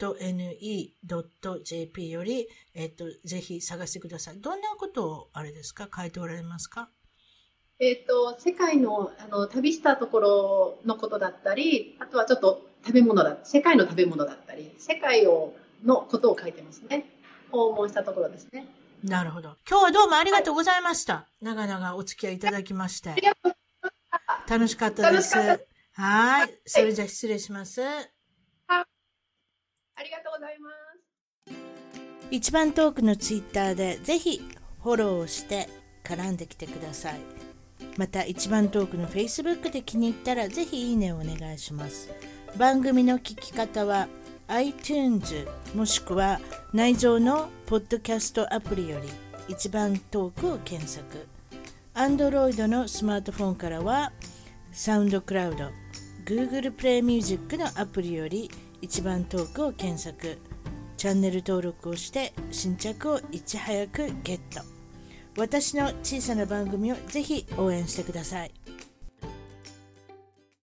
Speaker 1: .ne.jp より、えっと、ぜひ探してください。どんなことを、あれですか？書いておられますか？
Speaker 2: えっと、世界の、あの、旅したところのことだったり、あとはちょっと食べ物だ、世界の食べ物だったり、世界を、のことを書いてますね。訪問したところですね。
Speaker 1: なるほど。今日はどうもありがとうございました。はい、長々お付き合いいただきまして。楽しかったです。はい。それじゃ失礼します。あ
Speaker 2: りがとうございます。
Speaker 1: 一番トークのツイッターでぜひフォローして絡んできてください。また一番トークの Facebook で気に入ったらぜひいいねをお願いします。番組の聞き方はiTunes もしくは内蔵のポッドキャストアプリより一番トークを検索。Android のスマートフォンからはサウンドクラウド、Google プレイミュージックのアプリより一番トークを検索。チャンネル登録をして新着をいち早くゲット。私の小さな番組をぜひ応援してください。